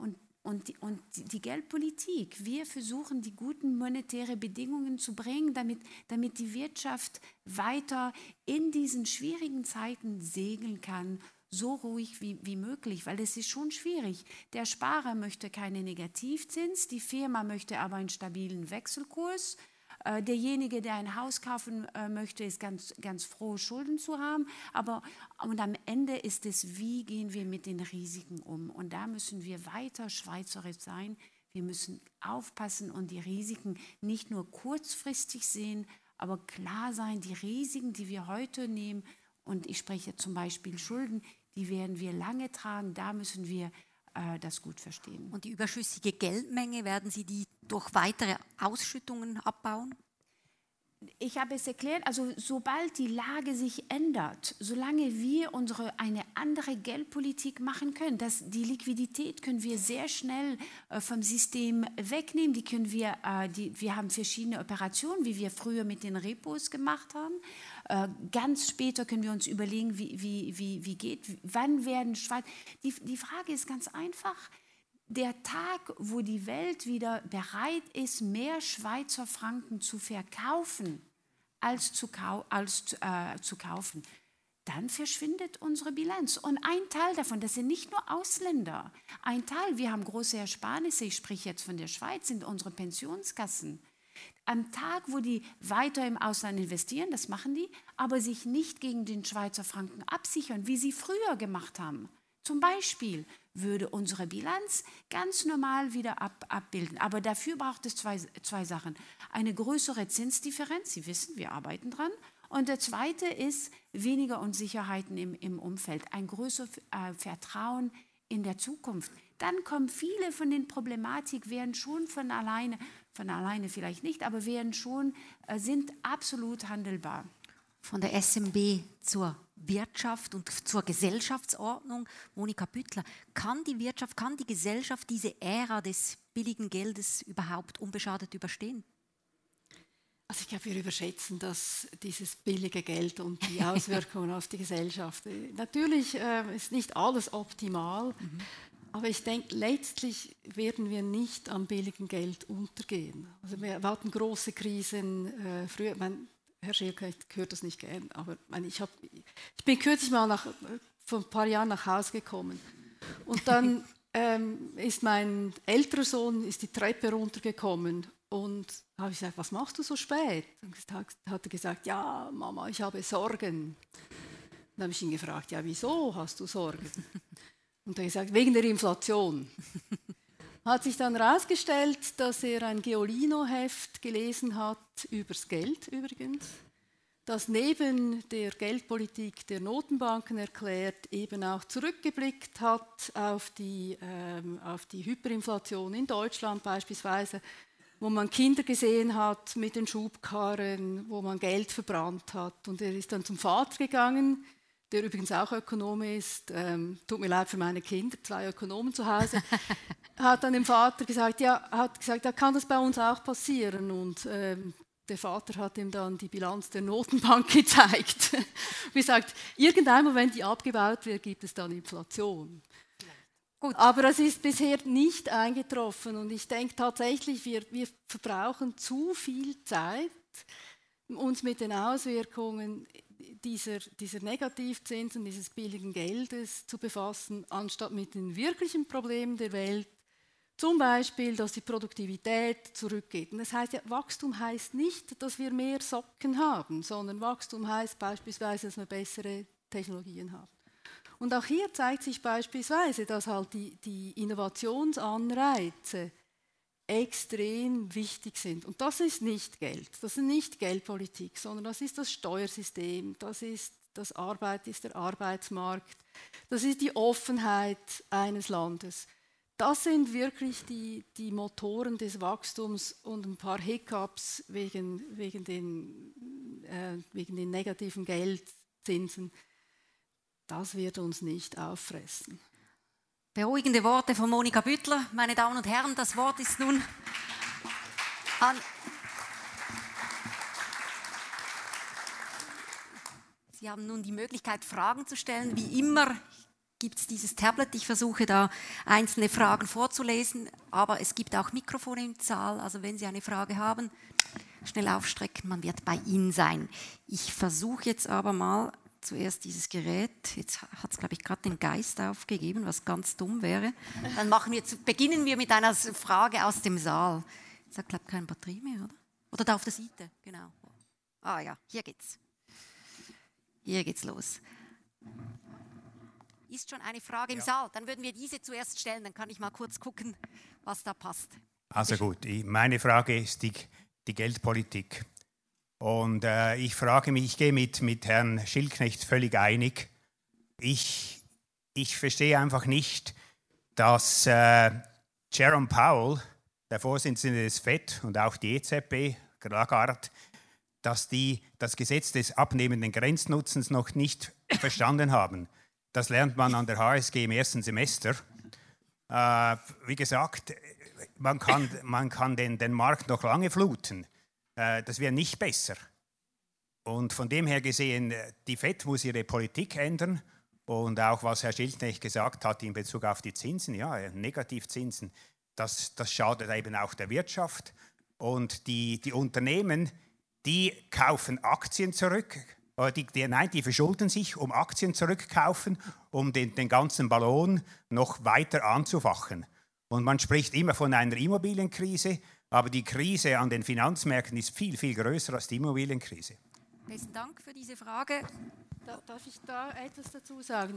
die Geldpolitik, wir versuchen, die guten monetären Bedingungen zu bringen, damit die Wirtschaft weiter in diesen schwierigen Zeiten segeln kann, so ruhig wie möglich, weil es ist schon schwierig. Der Sparer möchte keinen Negativzins, die Firma möchte aber einen stabilen Wechselkurs. Derjenige, der ein Haus kaufen möchte, ist ganz froh, Schulden zu haben. Und am Ende ist es, wie gehen wir mit den Risiken um? Und da müssen wir weiter schweizerisch sein. Wir müssen aufpassen und die Risiken nicht nur kurzfristig sehen, aber klar sein, die Risiken, die wir heute nehmen, und ich spreche zum Beispiel Schulden, die werden wir lange tragen. Da müssen wir das gut verstehen. Und die überschüssige Geldmenge, werden Sie die durch weitere Ausschüttungen abbauen? Ich habe es erklärt, also sobald die Lage sich ändert, solange wir eine andere Geldpolitik machen können, die Liquidität können wir sehr schnell vom System wegnehmen, wir haben verschiedene Operationen, wie wir früher mit den Repos gemacht haben. Ganz später können wir uns überlegen, wie geht, wann werden Schweiz. Die Frage ist ganz einfach. Der Tag, wo die Welt wieder bereit ist, mehr Schweizer Franken zu verkaufen als zu kaufen, dann verschwindet unsere Bilanz. Und ein Teil davon, das sind nicht nur Ausländer, ein Teil, wir haben große Ersparnisse, ich spreche jetzt von der Schweiz, sind unsere Pensionskassen. Am Tag, wo die weiter im Ausland investieren, das machen die, aber sich nicht gegen den Schweizer Franken absichern, wie sie früher gemacht haben. Zum Beispiel würde unsere Bilanz ganz normal wieder abbilden. Aber dafür braucht es zwei Sachen. Eine größere Zinsdifferenz, Sie wissen, wir arbeiten dran. Und der zweite ist weniger Unsicherheiten im Umfeld, ein größeres Vertrauen in der Zukunft. Dann kommen viele von den Problematiken, werden schon von alleine vielleicht nicht, aber sind absolut handelbar. Von der SMB zur Wirtschaft und zur Gesellschaftsordnung. Monika Büttler, kann die Wirtschaft, kann die Gesellschaft diese Ära des billigen Geldes überhaupt unbeschadet überstehen? Also ich glaube, wir überschätzen dieses billige Geld und die Auswirkungen auf die Gesellschaft. Natürlich ist nicht alles optimal, aber ich denke, letztlich werden wir nicht am billigen Geld untergehen. Also wir hatten große Krisen früher. Herr Schilke, ich höre das nicht gern, aber ich bin kürzlich mal vor ein paar Jahren nach Hause gekommen und dann ist mein älterer Sohn die Treppe runtergekommen und habe ich gesagt, was machst du so spät? Und hat er gesagt, ja Mama, ich habe Sorgen. Dann habe ich ihn gefragt, ja wieso hast du Sorgen? Und er hat gesagt, wegen der Inflation. Hat sich dann herausgestellt, dass er ein Geolino-Heft gelesen hat, übers Geld übrigens, das neben der Geldpolitik der Notenbanken erklärt, eben auch zurückgeblickt hat auf die Hyperinflation in Deutschland beispielsweise, wo man Kinder gesehen hat mit den Schubkarren, wo man Geld verbrannt hat. Und er ist dann zum Vater gegangen, der übrigens auch Ökonom ist, tut mir leid für meine Kinder, 2 Ökonomen zu Hause, hat dann dem Vater gesagt, ja, kann das bei uns auch passieren? Und der Vater hat ihm dann die Bilanz der Notenbank gezeigt. Wie gesagt, irgendeinmal, wenn die abgebaut wird, gibt es dann Inflation. Gut. Aber das ist bisher nicht eingetroffen und ich denke tatsächlich, wir verbrauchen zu viel Zeit, uns mit den Auswirkungen dieser Negativzinsen, dieses billigen Geldes zu befassen, anstatt mit den wirklichen Problemen der Welt. Zum Beispiel, dass die Produktivität zurückgeht. Und das heißt ja, Wachstum heißt nicht, dass wir mehr Socken haben, sondern Wachstum heißt beispielsweise, dass wir bessere Technologien haben. Und auch hier zeigt sich beispielsweise, dass halt die Innovationsanreize extrem wichtig sind. Und das ist nicht Geld, das ist nicht Geldpolitik, sondern das ist das Steuersystem, das ist der Arbeitsmarkt, das ist die Offenheit eines Landes. Das sind wirklich die Motoren des Wachstums und ein paar Hiccups wegen den negativen Geldzinsen. Das wird uns nicht auffressen. Beruhigende Worte von Monika Büttler. Meine Damen und Herren, das Wort ist nun an... Sie haben nun die Möglichkeit, Fragen zu stellen. Wie immer gibt es dieses Tablet. Ich versuche da einzelne Fragen vorzulesen, aber es gibt auch Mikrofone im Saal. Also wenn Sie eine Frage haben, schnell aufstrecken, man wird bei Ihnen sein. Ich versuche jetzt aber mal zuerst dieses Gerät. Jetzt hat es, glaube ich, gerade den Geist aufgegeben, was ganz dumm wäre. Dann beginnen wir mit einer Frage aus dem Saal. Jetzt hat, glaube ich, keine Batterie mehr, oder? Oder da auf der Seite, genau. Ah ja, hier geht's. Hier geht's los. Ist schon eine Frage im Saal? Dann würden wir diese zuerst stellen, dann kann ich mal kurz gucken, was da passt. Also gut, meine Frage ist die Geldpolitik. Und ich frage mich, ich gehe mit Herrn Schildknecht völlig einig. Ich verstehe einfach nicht, dass Jerome Powell, der Vorsitzende des FED und auch die EZB, Lagarde, dass die das Gesetz des abnehmenden Grenznutzens noch nicht verstanden haben. Das lernt man an der HSG im ersten Semester. Wie gesagt, man kann den Markt noch lange fluten. Das wäre nicht besser. Und von dem her gesehen, die FED muss ihre Politik ändern. Und auch was Herr Schildknecht gesagt hat in Bezug auf die Zinsen, ja, Negativzinsen, das schadet eben auch der Wirtschaft. Und die Unternehmen, die kaufen Aktien zurück. Die verschulden sich, um Aktien zurückkaufen, um den ganzen Ballon noch weiter anzufachen. Und man spricht immer von einer Immobilienkrise, aber die Krise an den Finanzmärkten ist viel, viel größer als die Immobilienkrise. Besten Dank für diese Frage. Darf ich da etwas dazu sagen?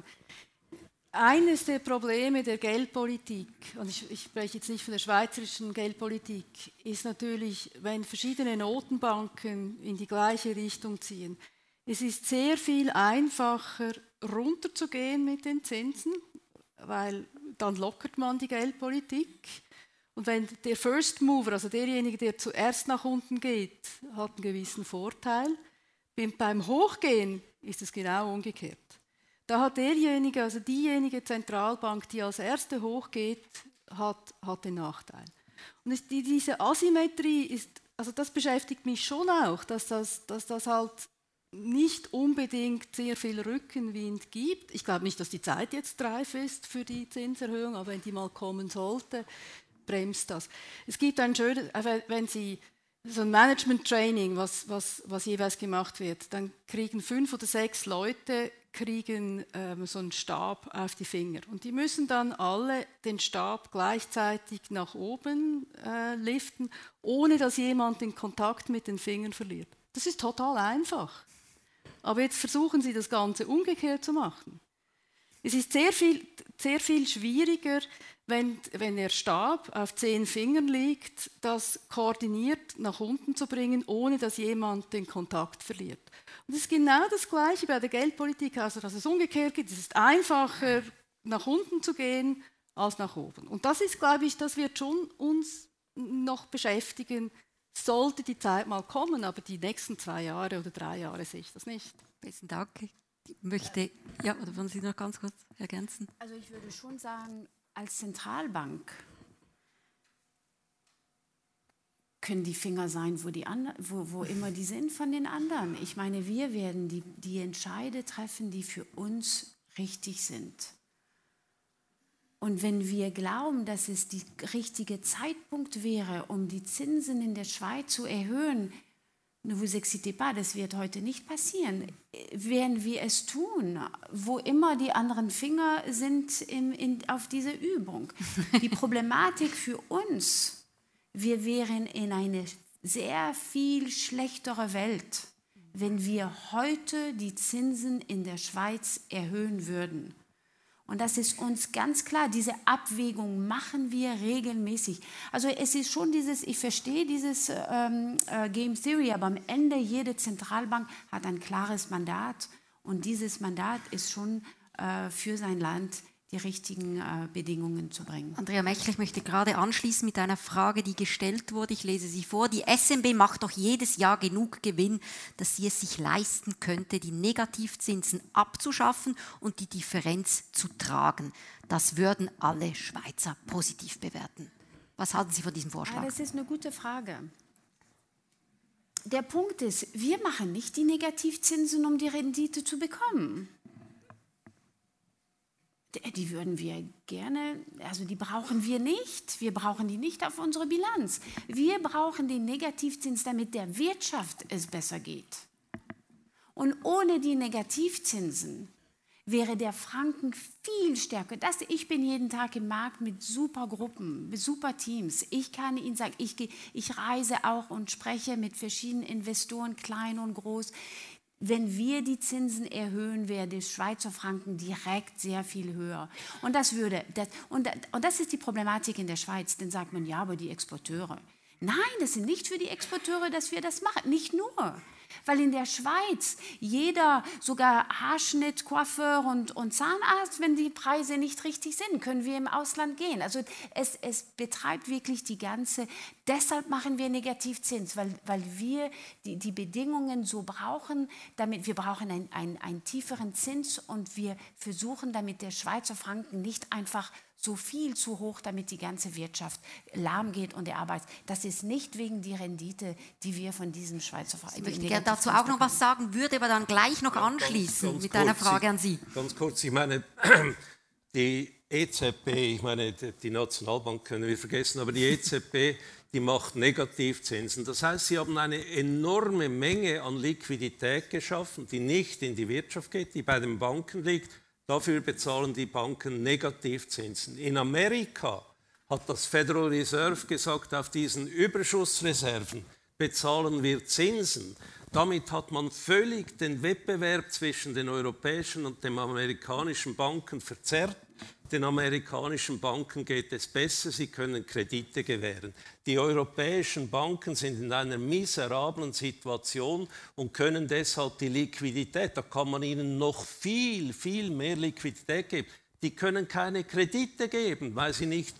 Eines der Probleme der Geldpolitik, und ich spreche jetzt nicht von der schweizerischen Geldpolitik, ist natürlich, wenn verschiedene Notenbanken in die gleiche Richtung ziehen. Es ist sehr viel einfacher, runterzugehen mit den Zinsen, weil dann lockert man die Geldpolitik. Und wenn der First Mover, also derjenige, der zuerst nach unten geht, hat einen gewissen Vorteil. Beim Hochgehen ist es genau umgekehrt. Da hat diejenige Zentralbank, die als erste hochgeht, hat den Nachteil. Und diese Asymmetrie das beschäftigt mich schon auch, dass das halt nicht unbedingt sehr viel Rückenwind gibt. Ich glaube nicht, dass die Zeit jetzt reif ist für die Zinserhöhung, aber wenn die mal kommen sollte, bremst das. Es gibt ein schönes, wenn Sie so ein Management-Training, was jeweils gemacht wird, dann kriegen 5 oder 6 Leute so einen Stab auf die Finger. Und die müssen dann alle den Stab gleichzeitig nach oben liften, ohne dass jemand den Kontakt mit den Fingern verliert. Das ist total einfach. Aber jetzt versuchen Sie, das Ganze umgekehrt zu machen. Es ist sehr viel schwieriger, wenn der Stab auf 10 Fingern liegt, das koordiniert nach unten zu bringen, ohne dass jemand den Kontakt verliert. Und es ist genau das Gleiche bei der Geldpolitik, also dass es umgekehrt geht. Es ist einfacher, nach unten zu gehen, als nach oben. Und das ist, glaube ich, das wird schon uns noch beschäftigen, sollte die Zeit mal kommen, aber die nächsten 2 Jahre oder 3 Jahre sehe ich das nicht. Besten Dank. Ich möchte, oder wollen Sie noch ganz kurz ergänzen? Also ich würde schon sagen, als Zentralbank können die Finger sein, wo immer die sind von den anderen. Ich meine, wir werden die Entscheide treffen, die für uns richtig sind. Und wenn wir glauben, dass es der richtige Zeitpunkt wäre, um die Zinsen in der Schweiz zu erhöhen, ne vous excitez pas, das wird heute nicht passieren. Werden wir es tun, wo immer die anderen Finger sind auf diese Übung. Die Problematik für uns, wir wären in eine sehr viel schlechtere Welt, wenn wir heute die Zinsen in der Schweiz erhöhen würden. Und das ist uns ganz klar, diese Abwägung machen wir regelmäßig. Also es ist schon ich verstehe dieses Game Theory, aber am Ende jede Zentralbank hat ein klares Mandat und dieses Mandat ist schon für sein Land die richtigen Bedingungen zu bringen. Andrea Mechel, ich möchte gerade anschließen mit einer Frage, die gestellt wurde. Ich lese sie vor. Die SNB macht doch jedes Jahr genug Gewinn, dass sie es sich leisten könnte, die Negativzinsen abzuschaffen und die Differenz zu tragen. Das würden alle Schweizer positiv bewerten. Was halten Sie von diesem Vorschlag? Ja, das ist eine gute Frage. Der Punkt ist, wir machen nicht die Negativzinsen, um die Rendite zu bekommen. Die würden wir gerne, also die brauchen wir nicht. Wir brauchen die nicht auf unsere Bilanz. Wir brauchen den Negativzins, damit der Wirtschaft es besser geht. Und ohne die Negativzinsen wäre der Franken viel stärker. Ich bin jeden Tag im Markt mit super Gruppen, mit super Teams. Ich kann Ihnen sagen, ich reise auch und spreche mit verschiedenen Investoren, klein und groß. Wenn wir die Zinsen erhöhen, wäre der Schweizer Franken direkt sehr viel höher. Und das ist die Problematik in der Schweiz. Dann sagt man, ja, aber die Exporteure. Nein, das sind nicht für die Exporteure, dass wir das machen. Nicht nur. Weil in der Schweiz jeder, sogar Haarschnitt, Coiffeur und Zahnarzt, wenn die Preise nicht richtig sind, können wir im Ausland gehen. Also es betreibt wirklich die ganze, deshalb machen wir Negativzins, weil wir die Bedingungen so brauchen, damit wir brauchen einen tieferen Zins und wir versuchen, damit der Schweizer Franken nicht einfach so viel zu hoch, damit die ganze Wirtschaft lahm geht und der Arbeit. Das ist nicht wegen der Rendite, die wir von diesem Schweizer Franken. Ich möchte gerne dazu auch noch was sagen, würde aber dann gleich noch anschließen ganz mit einer Frage an Sie. Ganz kurz, ich meine, die EZB, ich meine, die Nationalbank können wir vergessen, aber die EZB, die macht Negativzinsen. Das heißt, sie haben eine enorme Menge an Liquidität geschaffen, die nicht in die Wirtschaft geht, die bei den Banken liegt. Dafür bezahlen die Banken Negativzinsen. In Amerika hat das Federal Reserve gesagt, auf diesen Überschussreserven bezahlen wir Zinsen. Damit hat man völlig den Wettbewerb zwischen den europäischen und den amerikanischen Banken verzerrt. Den amerikanischen Banken geht es besser, sie können Kredite gewähren. Die europäischen Banken sind in einer miserablen Situation und können deshalb die Liquidität, da kann man ihnen noch viel, viel mehr Liquidität geben. Die können keine Kredite geben, weil sie nicht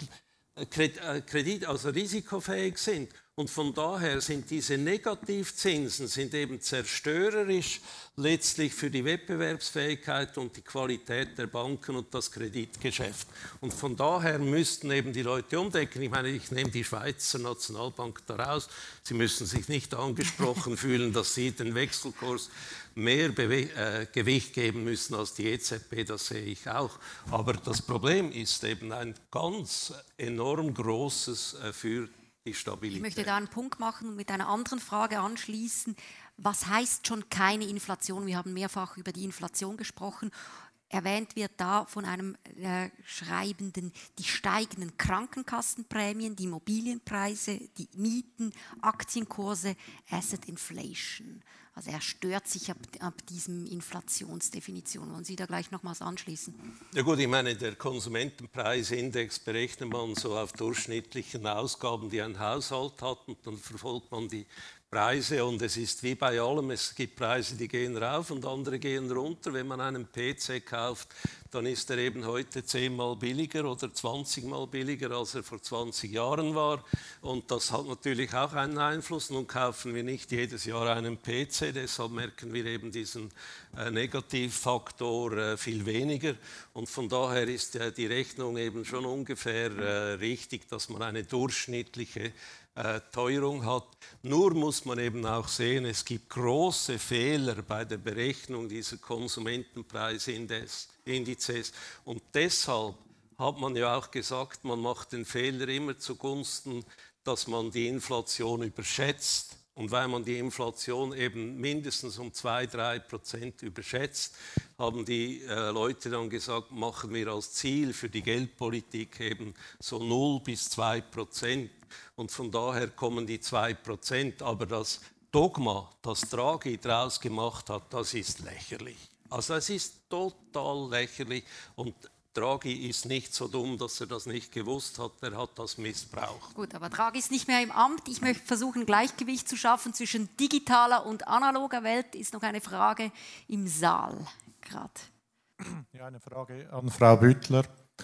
also risikofähig sind. Und von daher sind diese Negativzinsen sind eben zerstörerisch letztlich für die Wettbewerbsfähigkeit und die Qualität der Banken und das Kreditgeschäft. Und von daher müssten eben die Leute umdenken. Ich meine, ich nehme die Schweizer Nationalbank daraus. Sie müssen sich nicht angesprochen fühlen, dass sie den Wechselkurs mehr Gewicht geben müssen als die EZB, das sehe ich auch. Aber das Problem ist eben ein ganz enorm großes für die Stabilität. Ich möchte da einen Punkt machen und mit einer anderen Frage anschließen. Was heißt schon keine Inflation? Wir haben mehrfach über die Inflation gesprochen. Erwähnt wird da von einem Schreibenden die steigenden Krankenkassenprämien, die Immobilienpreise, die Mieten, Aktienkurse, Asset Inflation. Also er stört sich ab diesem Inflationsdefinition. Wollen Sie da gleich nochmals anschließen? Ja gut, ich meine, der Konsumentenpreisindex berechnet man so auf durchschnittlichen Ausgaben, die ein Haushalt hat, und dann verfolgt man die Preise, und es ist wie bei allem, es gibt Preise, die gehen rauf und andere gehen runter. Wenn man einen PC kauft, dann ist er eben heute 10-mal billiger oder 20-mal billiger, als er vor 20 Jahren war. Und das hat natürlich auch einen Einfluss. Nun kaufen wir nicht jedes Jahr einen PC, deshalb merken wir eben diesen Negativfaktor viel weniger. Und von daher ist die Rechnung eben schon ungefähr richtig, dass man eine durchschnittliche Teuerung hat. Nur muss man eben auch sehen, es gibt große Fehler bei der Berechnung dieser Konsumentenpreisindizes. Und deshalb hat man ja auch gesagt, man macht den Fehler immer zugunsten, dass man die Inflation überschätzt. Und weil man die Inflation eben mindestens um 2-3% überschätzt, haben die Leute dann gesagt, machen wir als Ziel für die Geldpolitik eben so 0-2%. Und von daher kommen die 2%. Aber das Dogma, das Draghi daraus gemacht hat, das ist lächerlich. Also es ist total lächerlich. Und Draghi ist nicht so dumm, dass er das nicht gewusst hat, er hat das missbraucht. Gut, aber Draghi ist nicht mehr im Amt. Ich möchte versuchen, Gleichgewicht zu schaffen zwischen digitaler und analoger Welt. Ist noch eine Frage im Saal gerade. Ja, eine Frage an Frau Büttler.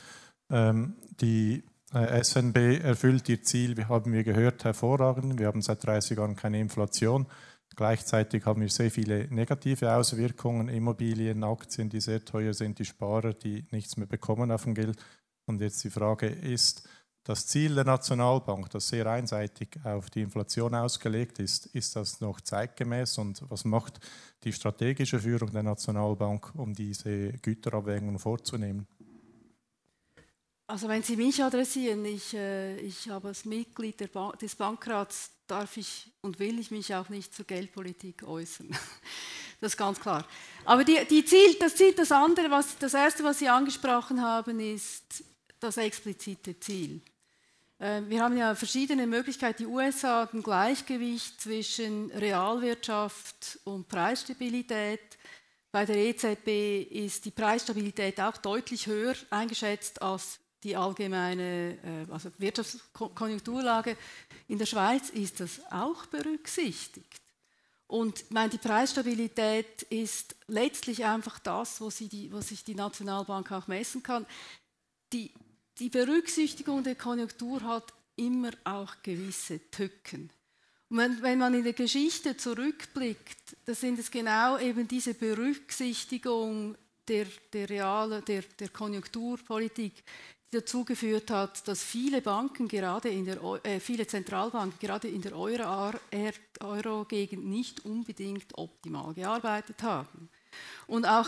Die SNB erfüllt ihr Ziel, haben wir gehört, hervorragend. Wir haben seit 30 Jahren keine Inflation. Gleichzeitig haben wir sehr viele negative Auswirkungen, Immobilien, Aktien, die sehr teuer sind, die Sparer, die nichts mehr bekommen auf dem Geld. Und jetzt die Frage, ist das Ziel der Nationalbank, das sehr einseitig auf die Inflation ausgelegt ist das noch zeitgemäß? Und was macht die strategische Führung der Nationalbank, um diese Güterabwägungen vorzunehmen? Also wenn Sie mich adressieren, ich habe als Mitglied des Bankrats, darf ich und will ich mich auch nicht zur Geldpolitik äußern. Das ist ganz klar. Aber das andere, das Erste, was Sie angesprochen haben, ist das explizite Ziel. Wir haben ja verschiedene Möglichkeiten. Die USA hat ein Gleichgewicht zwischen Realwirtschaft und Preisstabilität. Bei der EZB ist die Preisstabilität auch deutlich höher eingeschätzt als die allgemeine Wirtschaftskonjunkturlage. In der Schweiz ist das auch berücksichtigt. Und die Preisstabilität ist letztlich einfach das, wo sich die Nationalbank auch messen kann. Die Berücksichtigung der Konjunktur hat immer auch gewisse Tücken. Und wenn man in der Geschichte zurückblickt, dann sind es genau eben diese Berücksichtigung der Konjunkturpolitik, die dazu geführt hat, dass viele Banken, viele Zentralbanken gerade in der Euro-Gegend nicht unbedingt optimal gearbeitet haben. Und auch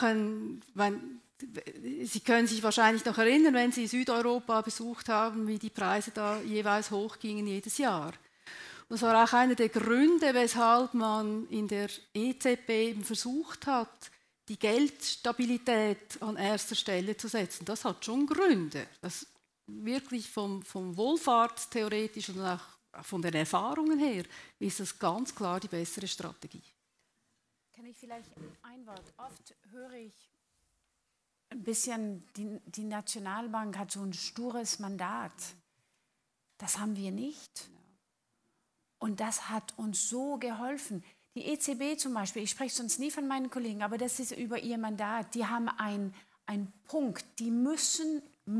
Sie können sich wahrscheinlich noch erinnern, wenn Sie Südeuropa besucht haben, wie die Preise da jeweils hochgingen jedes Jahr. Und das war auch einer der Gründe, weshalb man in der EZB eben versucht hat, die Geldstabilität an erster Stelle zu setzen. Das hat schon Gründe. Das wirklich vom Wohlfahrtstheoretisch und auch von den Erfahrungen her ist das ganz klar die bessere Strategie. Kann ich vielleicht ein Wort? Oft höre ich ein bisschen, die Nationalbank hat so ein stures Mandat. Das haben wir nicht. Und das hat uns so geholfen. Die EZB zum Beispiel, ich spreche sonst nie von meinen Kollegen, aber das ist über ihr Mandat. Die haben einen Punkt, die müssten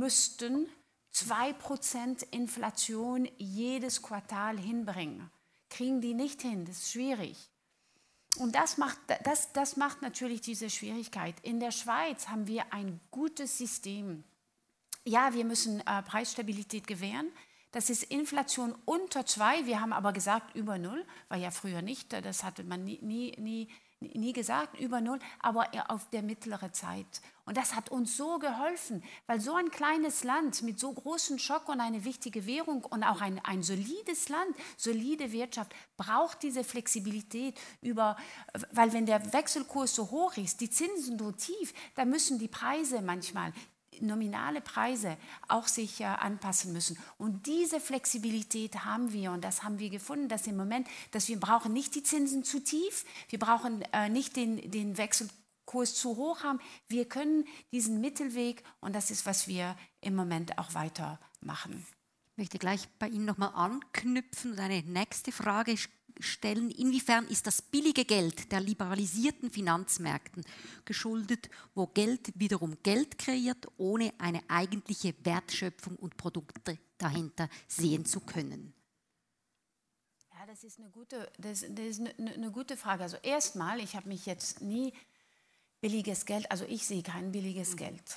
2% Inflation jedes Quartal hinbringen. Kriegen die nicht hin, das ist schwierig. Und das macht natürlich diese Schwierigkeit. In der Schweiz haben wir ein gutes System. Ja, wir müssen Preisstabilität gewähren. Das ist Inflation unter 2. Wir haben aber gesagt über 0, war ja früher nicht. Das hatte man nie gesagt, über 0, aber auf der mittleren Zeit. Und das hat uns so geholfen, weil so ein kleines Land mit so großen Schock und eine wichtige Währung und auch ein solides Land, solide Wirtschaft, braucht diese Flexibilität weil wenn der Wechselkurs so hoch ist, die Zinsen so tief, da müssen die Preise manchmal, nominale Preise auch sich anpassen müssen. Und diese Flexibilität haben wir und das haben wir gefunden, dass im Moment, dass wir brauchen nicht die Zinsen zu tief, wir brauchen nicht den Wechselkurs zu hoch haben, wir können diesen Mittelweg und das ist, was wir im Moment auch weitermachen. Ich möchte gleich bei Ihnen nochmal anknüpfen und eine nächste Frage stellen, inwiefern ist das billige Geld der liberalisierten Finanzmärkten geschuldet, wo Geld wiederum Geld kreiert, ohne eine eigentliche Wertschöpfung und Produkte dahinter sehen zu können? Ja, das ist eine gute Frage. Also erstmal, ich habe mich jetzt nie billiges Geld, also ich sehe kein billiges Geld.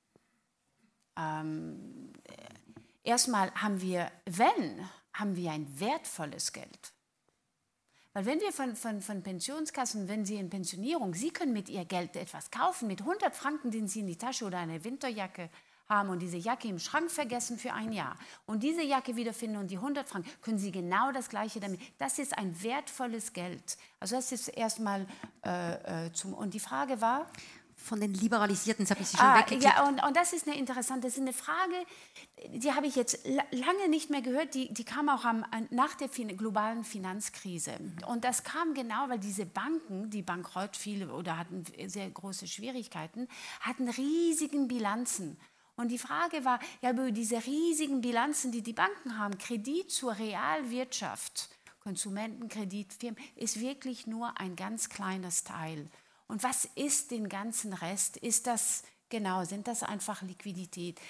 Erstmal haben wir ein wertvolles Geld. Weil wenn wir von Pensionskassen, wenn Sie in Pensionierung, Sie können mit Ihr Geld etwas kaufen, mit 100 Franken, den Sie in die Tasche oder eine Winterjacke haben und diese Jacke im Schrank vergessen für ein Jahr und diese Jacke wiederfinden und die 100 Franken, können Sie genau das Gleiche damit. Das ist ein wertvolles Geld. Also das ist erstmal und die Frage war? Von den Liberalisierten, das habe ich Sie schon weggeklickt. Ja, und das ist eine interessante, das ist eine Frage, die habe ich jetzt lange nicht mehr gehört, die kam auch nach der globalen Finanzkrise. Und das kam genau, weil diese Banken, die bankrott viele oder hatten sehr große Schwierigkeiten, hatten riesigen Bilanzen. Und die Frage war, ja, über diese riesigen Bilanzen, die die Banken haben, Kredit zur Realwirtschaft, Konsumentenkredit, Firmen, ist wirklich nur ein ganz kleines Teil. Und was ist den ganzen Rest? Sind das einfach Liquidität?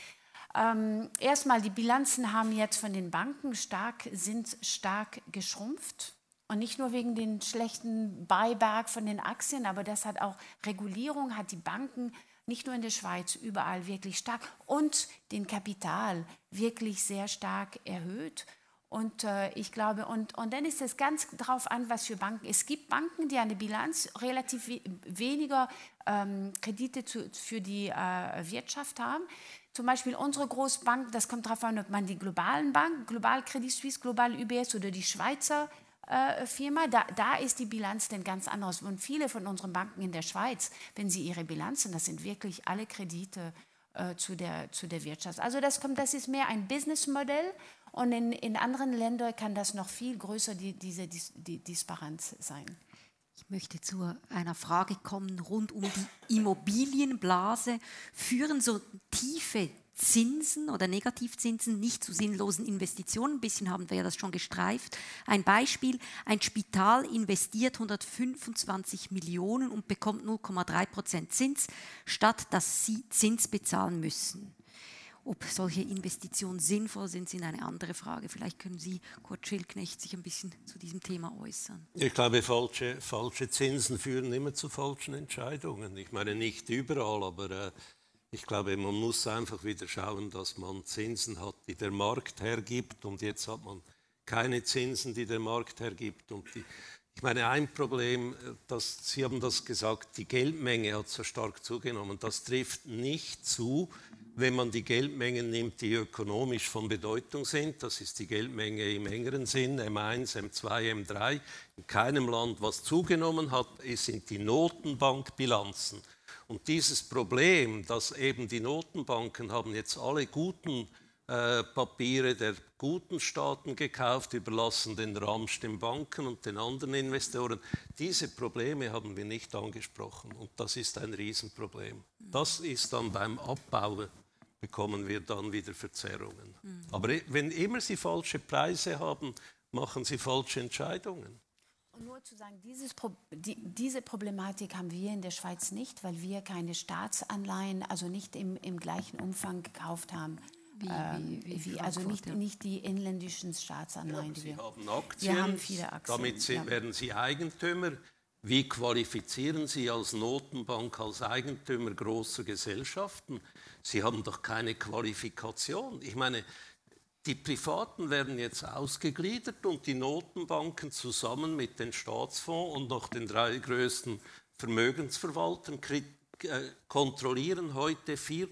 Erstmal, die Bilanzen haben jetzt von den Banken sind stark geschrumpft. Und nicht nur wegen den schlechten Buyback von den Aktien, aber das hat auch Regulierung, hat die Banken nicht nur in der Schweiz, überall wirklich stark und den Kapital wirklich sehr stark erhöht. Und ich glaube, und dann ist es ganz darauf an, was für Banken. Es gibt Banken, die eine Bilanz relativ weniger Kredite für die Wirtschaft haben. Zum Beispiel unsere Großbank, das kommt darauf an, ob man die globalen Banken, Global Credit Suisse, Global UBS oder die Schweizer Firma, da ist die Bilanz dann ganz anders. Und viele von unseren Banken in der Schweiz, wenn sie ihre Bilanzen, das sind wirklich alle Kredite zu der Wirtschaft. Also das ist mehr ein Businessmodell und in anderen Ländern kann das noch viel größer, diese Disparanz sein. Ich möchte zu einer Frage kommen rund um die Immobilienblase. Führen so tiefe Zinsen oder Negativzinsen nicht zu sinnlosen Investitionen? Ein bisschen haben wir ja das schon gestreift. Ein Beispiel, ein Spital investiert 125 Millionen und bekommt 0,3% Zins, statt dass sie Zins bezahlen müssen. Ob solche Investitionen sinnvoll sind, ist eine andere Frage. Vielleicht können Sie, Kurt Schildknecht, sich ein bisschen zu diesem Thema äußern. Ich glaube, falsche Zinsen führen immer zu falschen Entscheidungen. Ich meine, nicht überall, aber ich glaube, man muss einfach wieder schauen, dass man Zinsen hat, die der Markt hergibt. Und jetzt hat man keine Zinsen, die der Markt hergibt. Und ich meine, ein Problem, Sie haben das gesagt, die Geldmenge hat so stark zugenommen. Das trifft nicht zu, wenn man die Geldmengen nimmt, die ökonomisch von Bedeutung sind. Das ist die Geldmenge im engeren Sinn, M1, M2, M3. In keinem Land, was zugenommen hat, sind die Notenbankbilanzen. Und dieses Problem, dass eben die Notenbanken haben jetzt alle guten Papiere der guten Staaten gekauft, überlassen den Ramsch den Banken und den anderen Investoren. Diese Probleme haben wir nicht angesprochen und das ist ein Riesenproblem. Das ist dann beim Abbau, bekommen wir dann wieder Verzerrungen. Aber wenn immer Sie falsche Preise haben, machen Sie falsche Entscheidungen. Und nur zu sagen, diese Problematik haben wir in der Schweiz nicht, weil wir keine Staatsanleihen, also nicht im gleichen Umfang gekauft haben. Also nicht die inländischen Staatsanleihen. Ja, Sie haben Aktien, wir haben viele Aktien. Damit werden Sie Eigentümer. Wie qualifizieren Sie als Notenbank, als Eigentümer großer Gesellschaften? Sie haben doch keine Qualifikation. Ich meine, die Privaten werden jetzt ausgegliedert und die Notenbanken zusammen mit den Staatsfonds und noch den 3 größten Vermögensverwaltern kontrollieren heute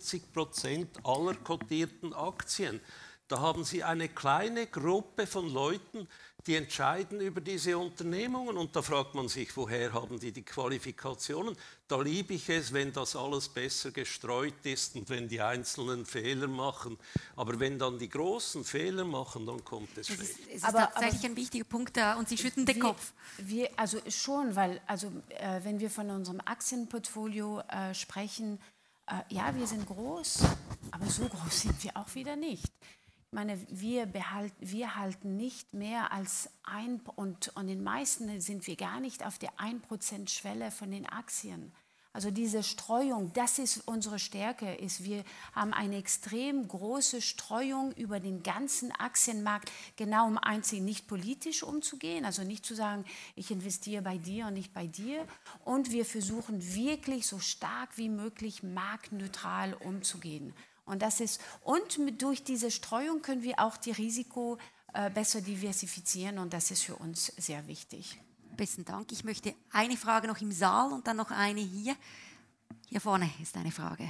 40% aller kotierten Aktien. Da haben Sie eine kleine Gruppe von Leuten, die entscheiden über diese Unternehmungen. Und da fragt man sich, woher haben die Qualifikationen? Da liebe ich es, wenn das alles besser gestreut ist und wenn die Einzelnen Fehler machen. Aber wenn dann die Großen Fehler machen, dann kommt es schlecht. Es ist tatsächlich ein wichtiger Punkt und Sie schütten den Kopf. Also schon, weil wenn wir von unserem Aktienportfolio sprechen, ja, wir sind groß, aber so groß sind wir auch wieder nicht. wir halten nicht mehr als und in den meisten sind wir gar nicht auf der 1%-Schwelle von den Aktien. Also diese Streuung, das ist unsere Stärke. Wir haben eine extrem große Streuung über den ganzen Aktienmarkt, genau um einzig nicht politisch umzugehen, also nicht zu sagen, ich investiere bei dir und nicht bei dir. Und wir versuchen wirklich so stark wie möglich marktneutral umzugehen. Und durch diese Streuung können wir auch die Risiko besser diversifizieren und das ist für uns sehr wichtig. Besten Dank. Ich möchte eine Frage noch im Saal und dann noch eine hier. Hier vorne ist eine Frage.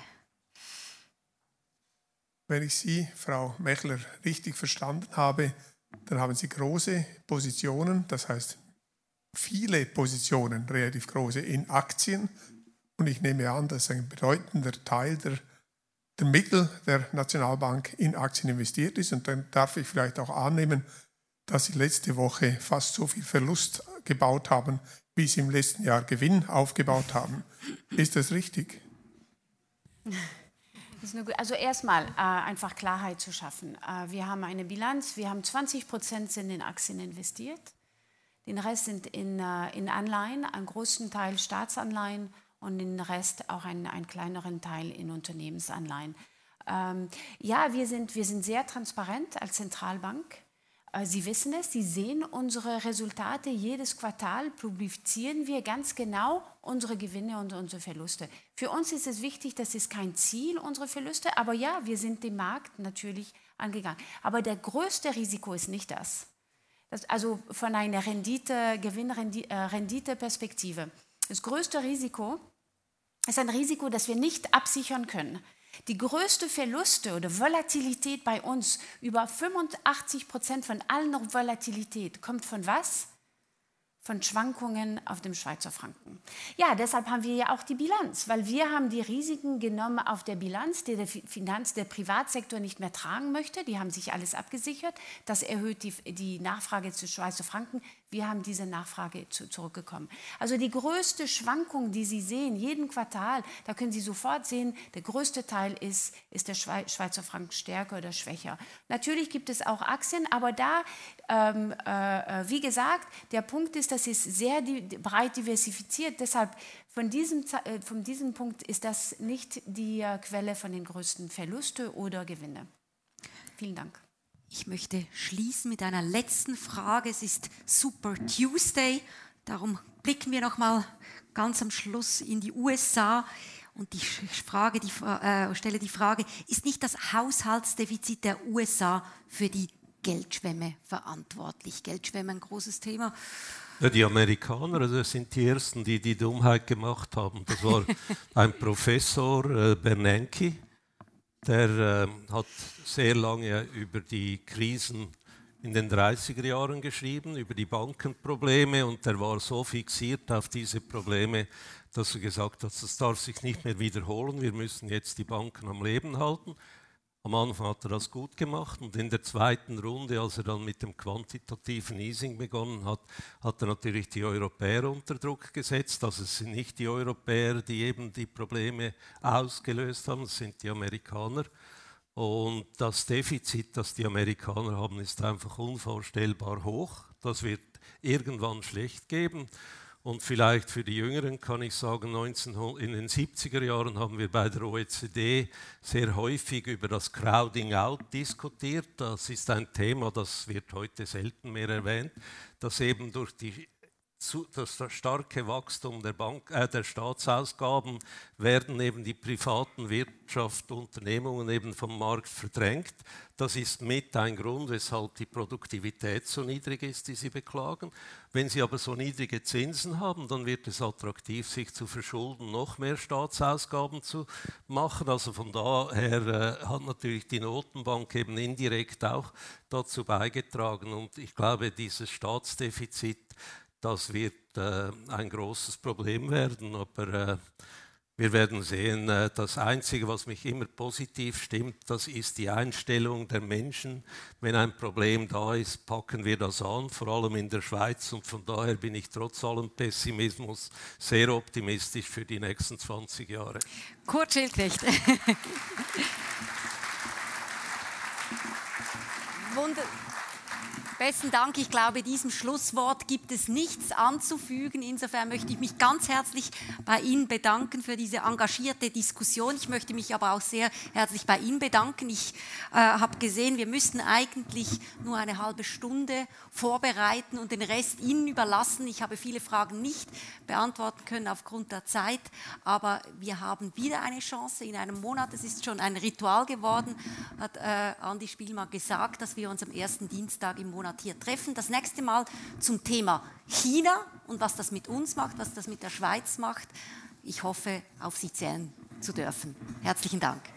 Wenn ich Sie, Frau Mechler, richtig verstanden habe, dann haben Sie große Positionen, das heißt viele Positionen, relativ große, in Aktien. Und ich nehme an, dass ein bedeutender Teil der Mittel der Nationalbank in Aktien investiert ist. Und dann darf ich vielleicht auch annehmen, dass Sie letzte Woche fast so viel Verlust gebaut haben, wie Sie im letzten Jahr Gewinn aufgebaut haben. Ist das richtig? Also erstmal einfach Klarheit zu schaffen. Wir haben eine Bilanz, wir haben 20% sind in Aktien investiert, den Rest sind in Anleihen, einen großen Teil Staatsanleihen und den Rest auch einen kleineren Teil in Unternehmensanleihen. Ja, wir sind sehr transparent als Zentralbank. Sie wissen es, Sie sehen unsere Resultate. Jedes Quartal publizieren wir ganz genau unsere Gewinne und unsere Verluste. Für uns ist es wichtig, das ist kein Ziel, unsere Verluste, aber ja, wir sind dem Markt natürlich angegangen. Aber der größte Risiko ist nicht das. Also von einer Gewinn-Rendite-Perspektive. Das größte Risiko ist ein Risiko, das wir nicht absichern können. Die größte Verluste oder Volatilität bei uns, über 85% von allen Volatilität, kommt von was? Von Schwankungen auf dem Schweizer Franken. Ja, deshalb haben wir ja auch die Bilanz, weil wir haben die Risiken genommen auf der Bilanz, die der Privatsektor nicht mehr tragen möchte. Die haben sich alles abgesichert. Das erhöht die Nachfrage zu Schweizer Franken. Wir haben diese Nachfrage zurückgekommen. Also die größte Schwankung, die Sie sehen, jeden Quartal, da können Sie sofort sehen, der größte Teil ist der Schweizer Franken stärker oder schwächer. Natürlich gibt es auch Aktien, aber da, wie gesagt, der Punkt ist, das ist sehr breit diversifiziert. Deshalb von diesem Punkt ist das nicht die Quelle von den größten Verlusten oder Gewinne. Vielen Dank. Ich möchte schließen mit einer letzten Frage. Es ist Super Tuesday, darum blicken wir noch mal ganz am Schluss in die USA. Und stelle die Frage, ist nicht das Haushaltsdefizit der USA für die Geldschwemme verantwortlich? Geldschwemme, ein großes Thema. Ja, die Amerikaner, also das sind die Ersten, die die Dummheit gemacht haben. Das war ein Professor, Bernanke, der hat sehr lange über die Krisen in den 30er Jahren geschrieben, über die Bankenprobleme, und der war so fixiert auf diese Probleme, dass er gesagt hat, das darf sich nicht mehr wiederholen, wir müssen jetzt die Banken am Leben halten. Am Anfang hat er das gut gemacht und in der zweiten Runde, als er dann mit dem quantitativen Easing begonnen hat, hat er natürlich die Europäer unter Druck gesetzt. Also es sind nicht die Europäer, die eben die Probleme ausgelöst haben, es sind die Amerikaner. Und das Defizit, das die Amerikaner haben, ist einfach unvorstellbar hoch. Das wird irgendwann schlecht geben. Und vielleicht für die Jüngeren kann ich sagen, in den 70er Jahren haben wir bei der OECD sehr häufig über das Crowding Out diskutiert. Das ist ein Thema, das wird heute selten mehr erwähnt, dass eben durch das starke Wachstum der Staatsausgaben werden eben die privaten Unternehmungen eben vom Markt verdrängt. Das ist mit ein Grund, weshalb die Produktivität so niedrig ist, die Sie beklagen. Wenn Sie aber so niedrige Zinsen haben, dann wird es attraktiv, sich zu verschulden, noch mehr Staatsausgaben zu machen. Also von daher hat natürlich die Notenbank eben indirekt auch dazu beigetragen. Und ich glaube, dieses Staatsdefizit, das wird ein großes Problem werden, aber wir werden sehen. Das Einzige, was mich immer positiv stimmt, das ist die Einstellung der Menschen. Wenn ein Problem da ist, packen wir das an, vor allem in der Schweiz. Und von daher bin ich trotz allem Pessimismus sehr optimistisch für die nächsten 20 Jahre. Kurt Schildknecht. Besten Dank. Ich glaube, diesem Schlusswort gibt es nichts anzufügen. Insofern möchte ich mich ganz herzlich bei Ihnen bedanken für diese engagierte Diskussion. Ich möchte mich aber auch sehr herzlich bei Ihnen bedanken. Ich habe gesehen, wir müssten eigentlich nur eine halbe Stunde vorbereiten und den Rest Ihnen überlassen. Ich habe viele Fragen nicht beantworten können aufgrund der Zeit, aber wir haben wieder eine Chance in einem Monat. Es ist schon ein Ritual geworden, hat Andi Spielmann gesagt, dass wir uns am ersten Dienstag im Monat hier treffen. Das nächste Mal zum Thema China und was das mit uns macht, was das mit der Schweiz macht. Ich hoffe, auf Sie zählen zu dürfen. Herzlichen Dank.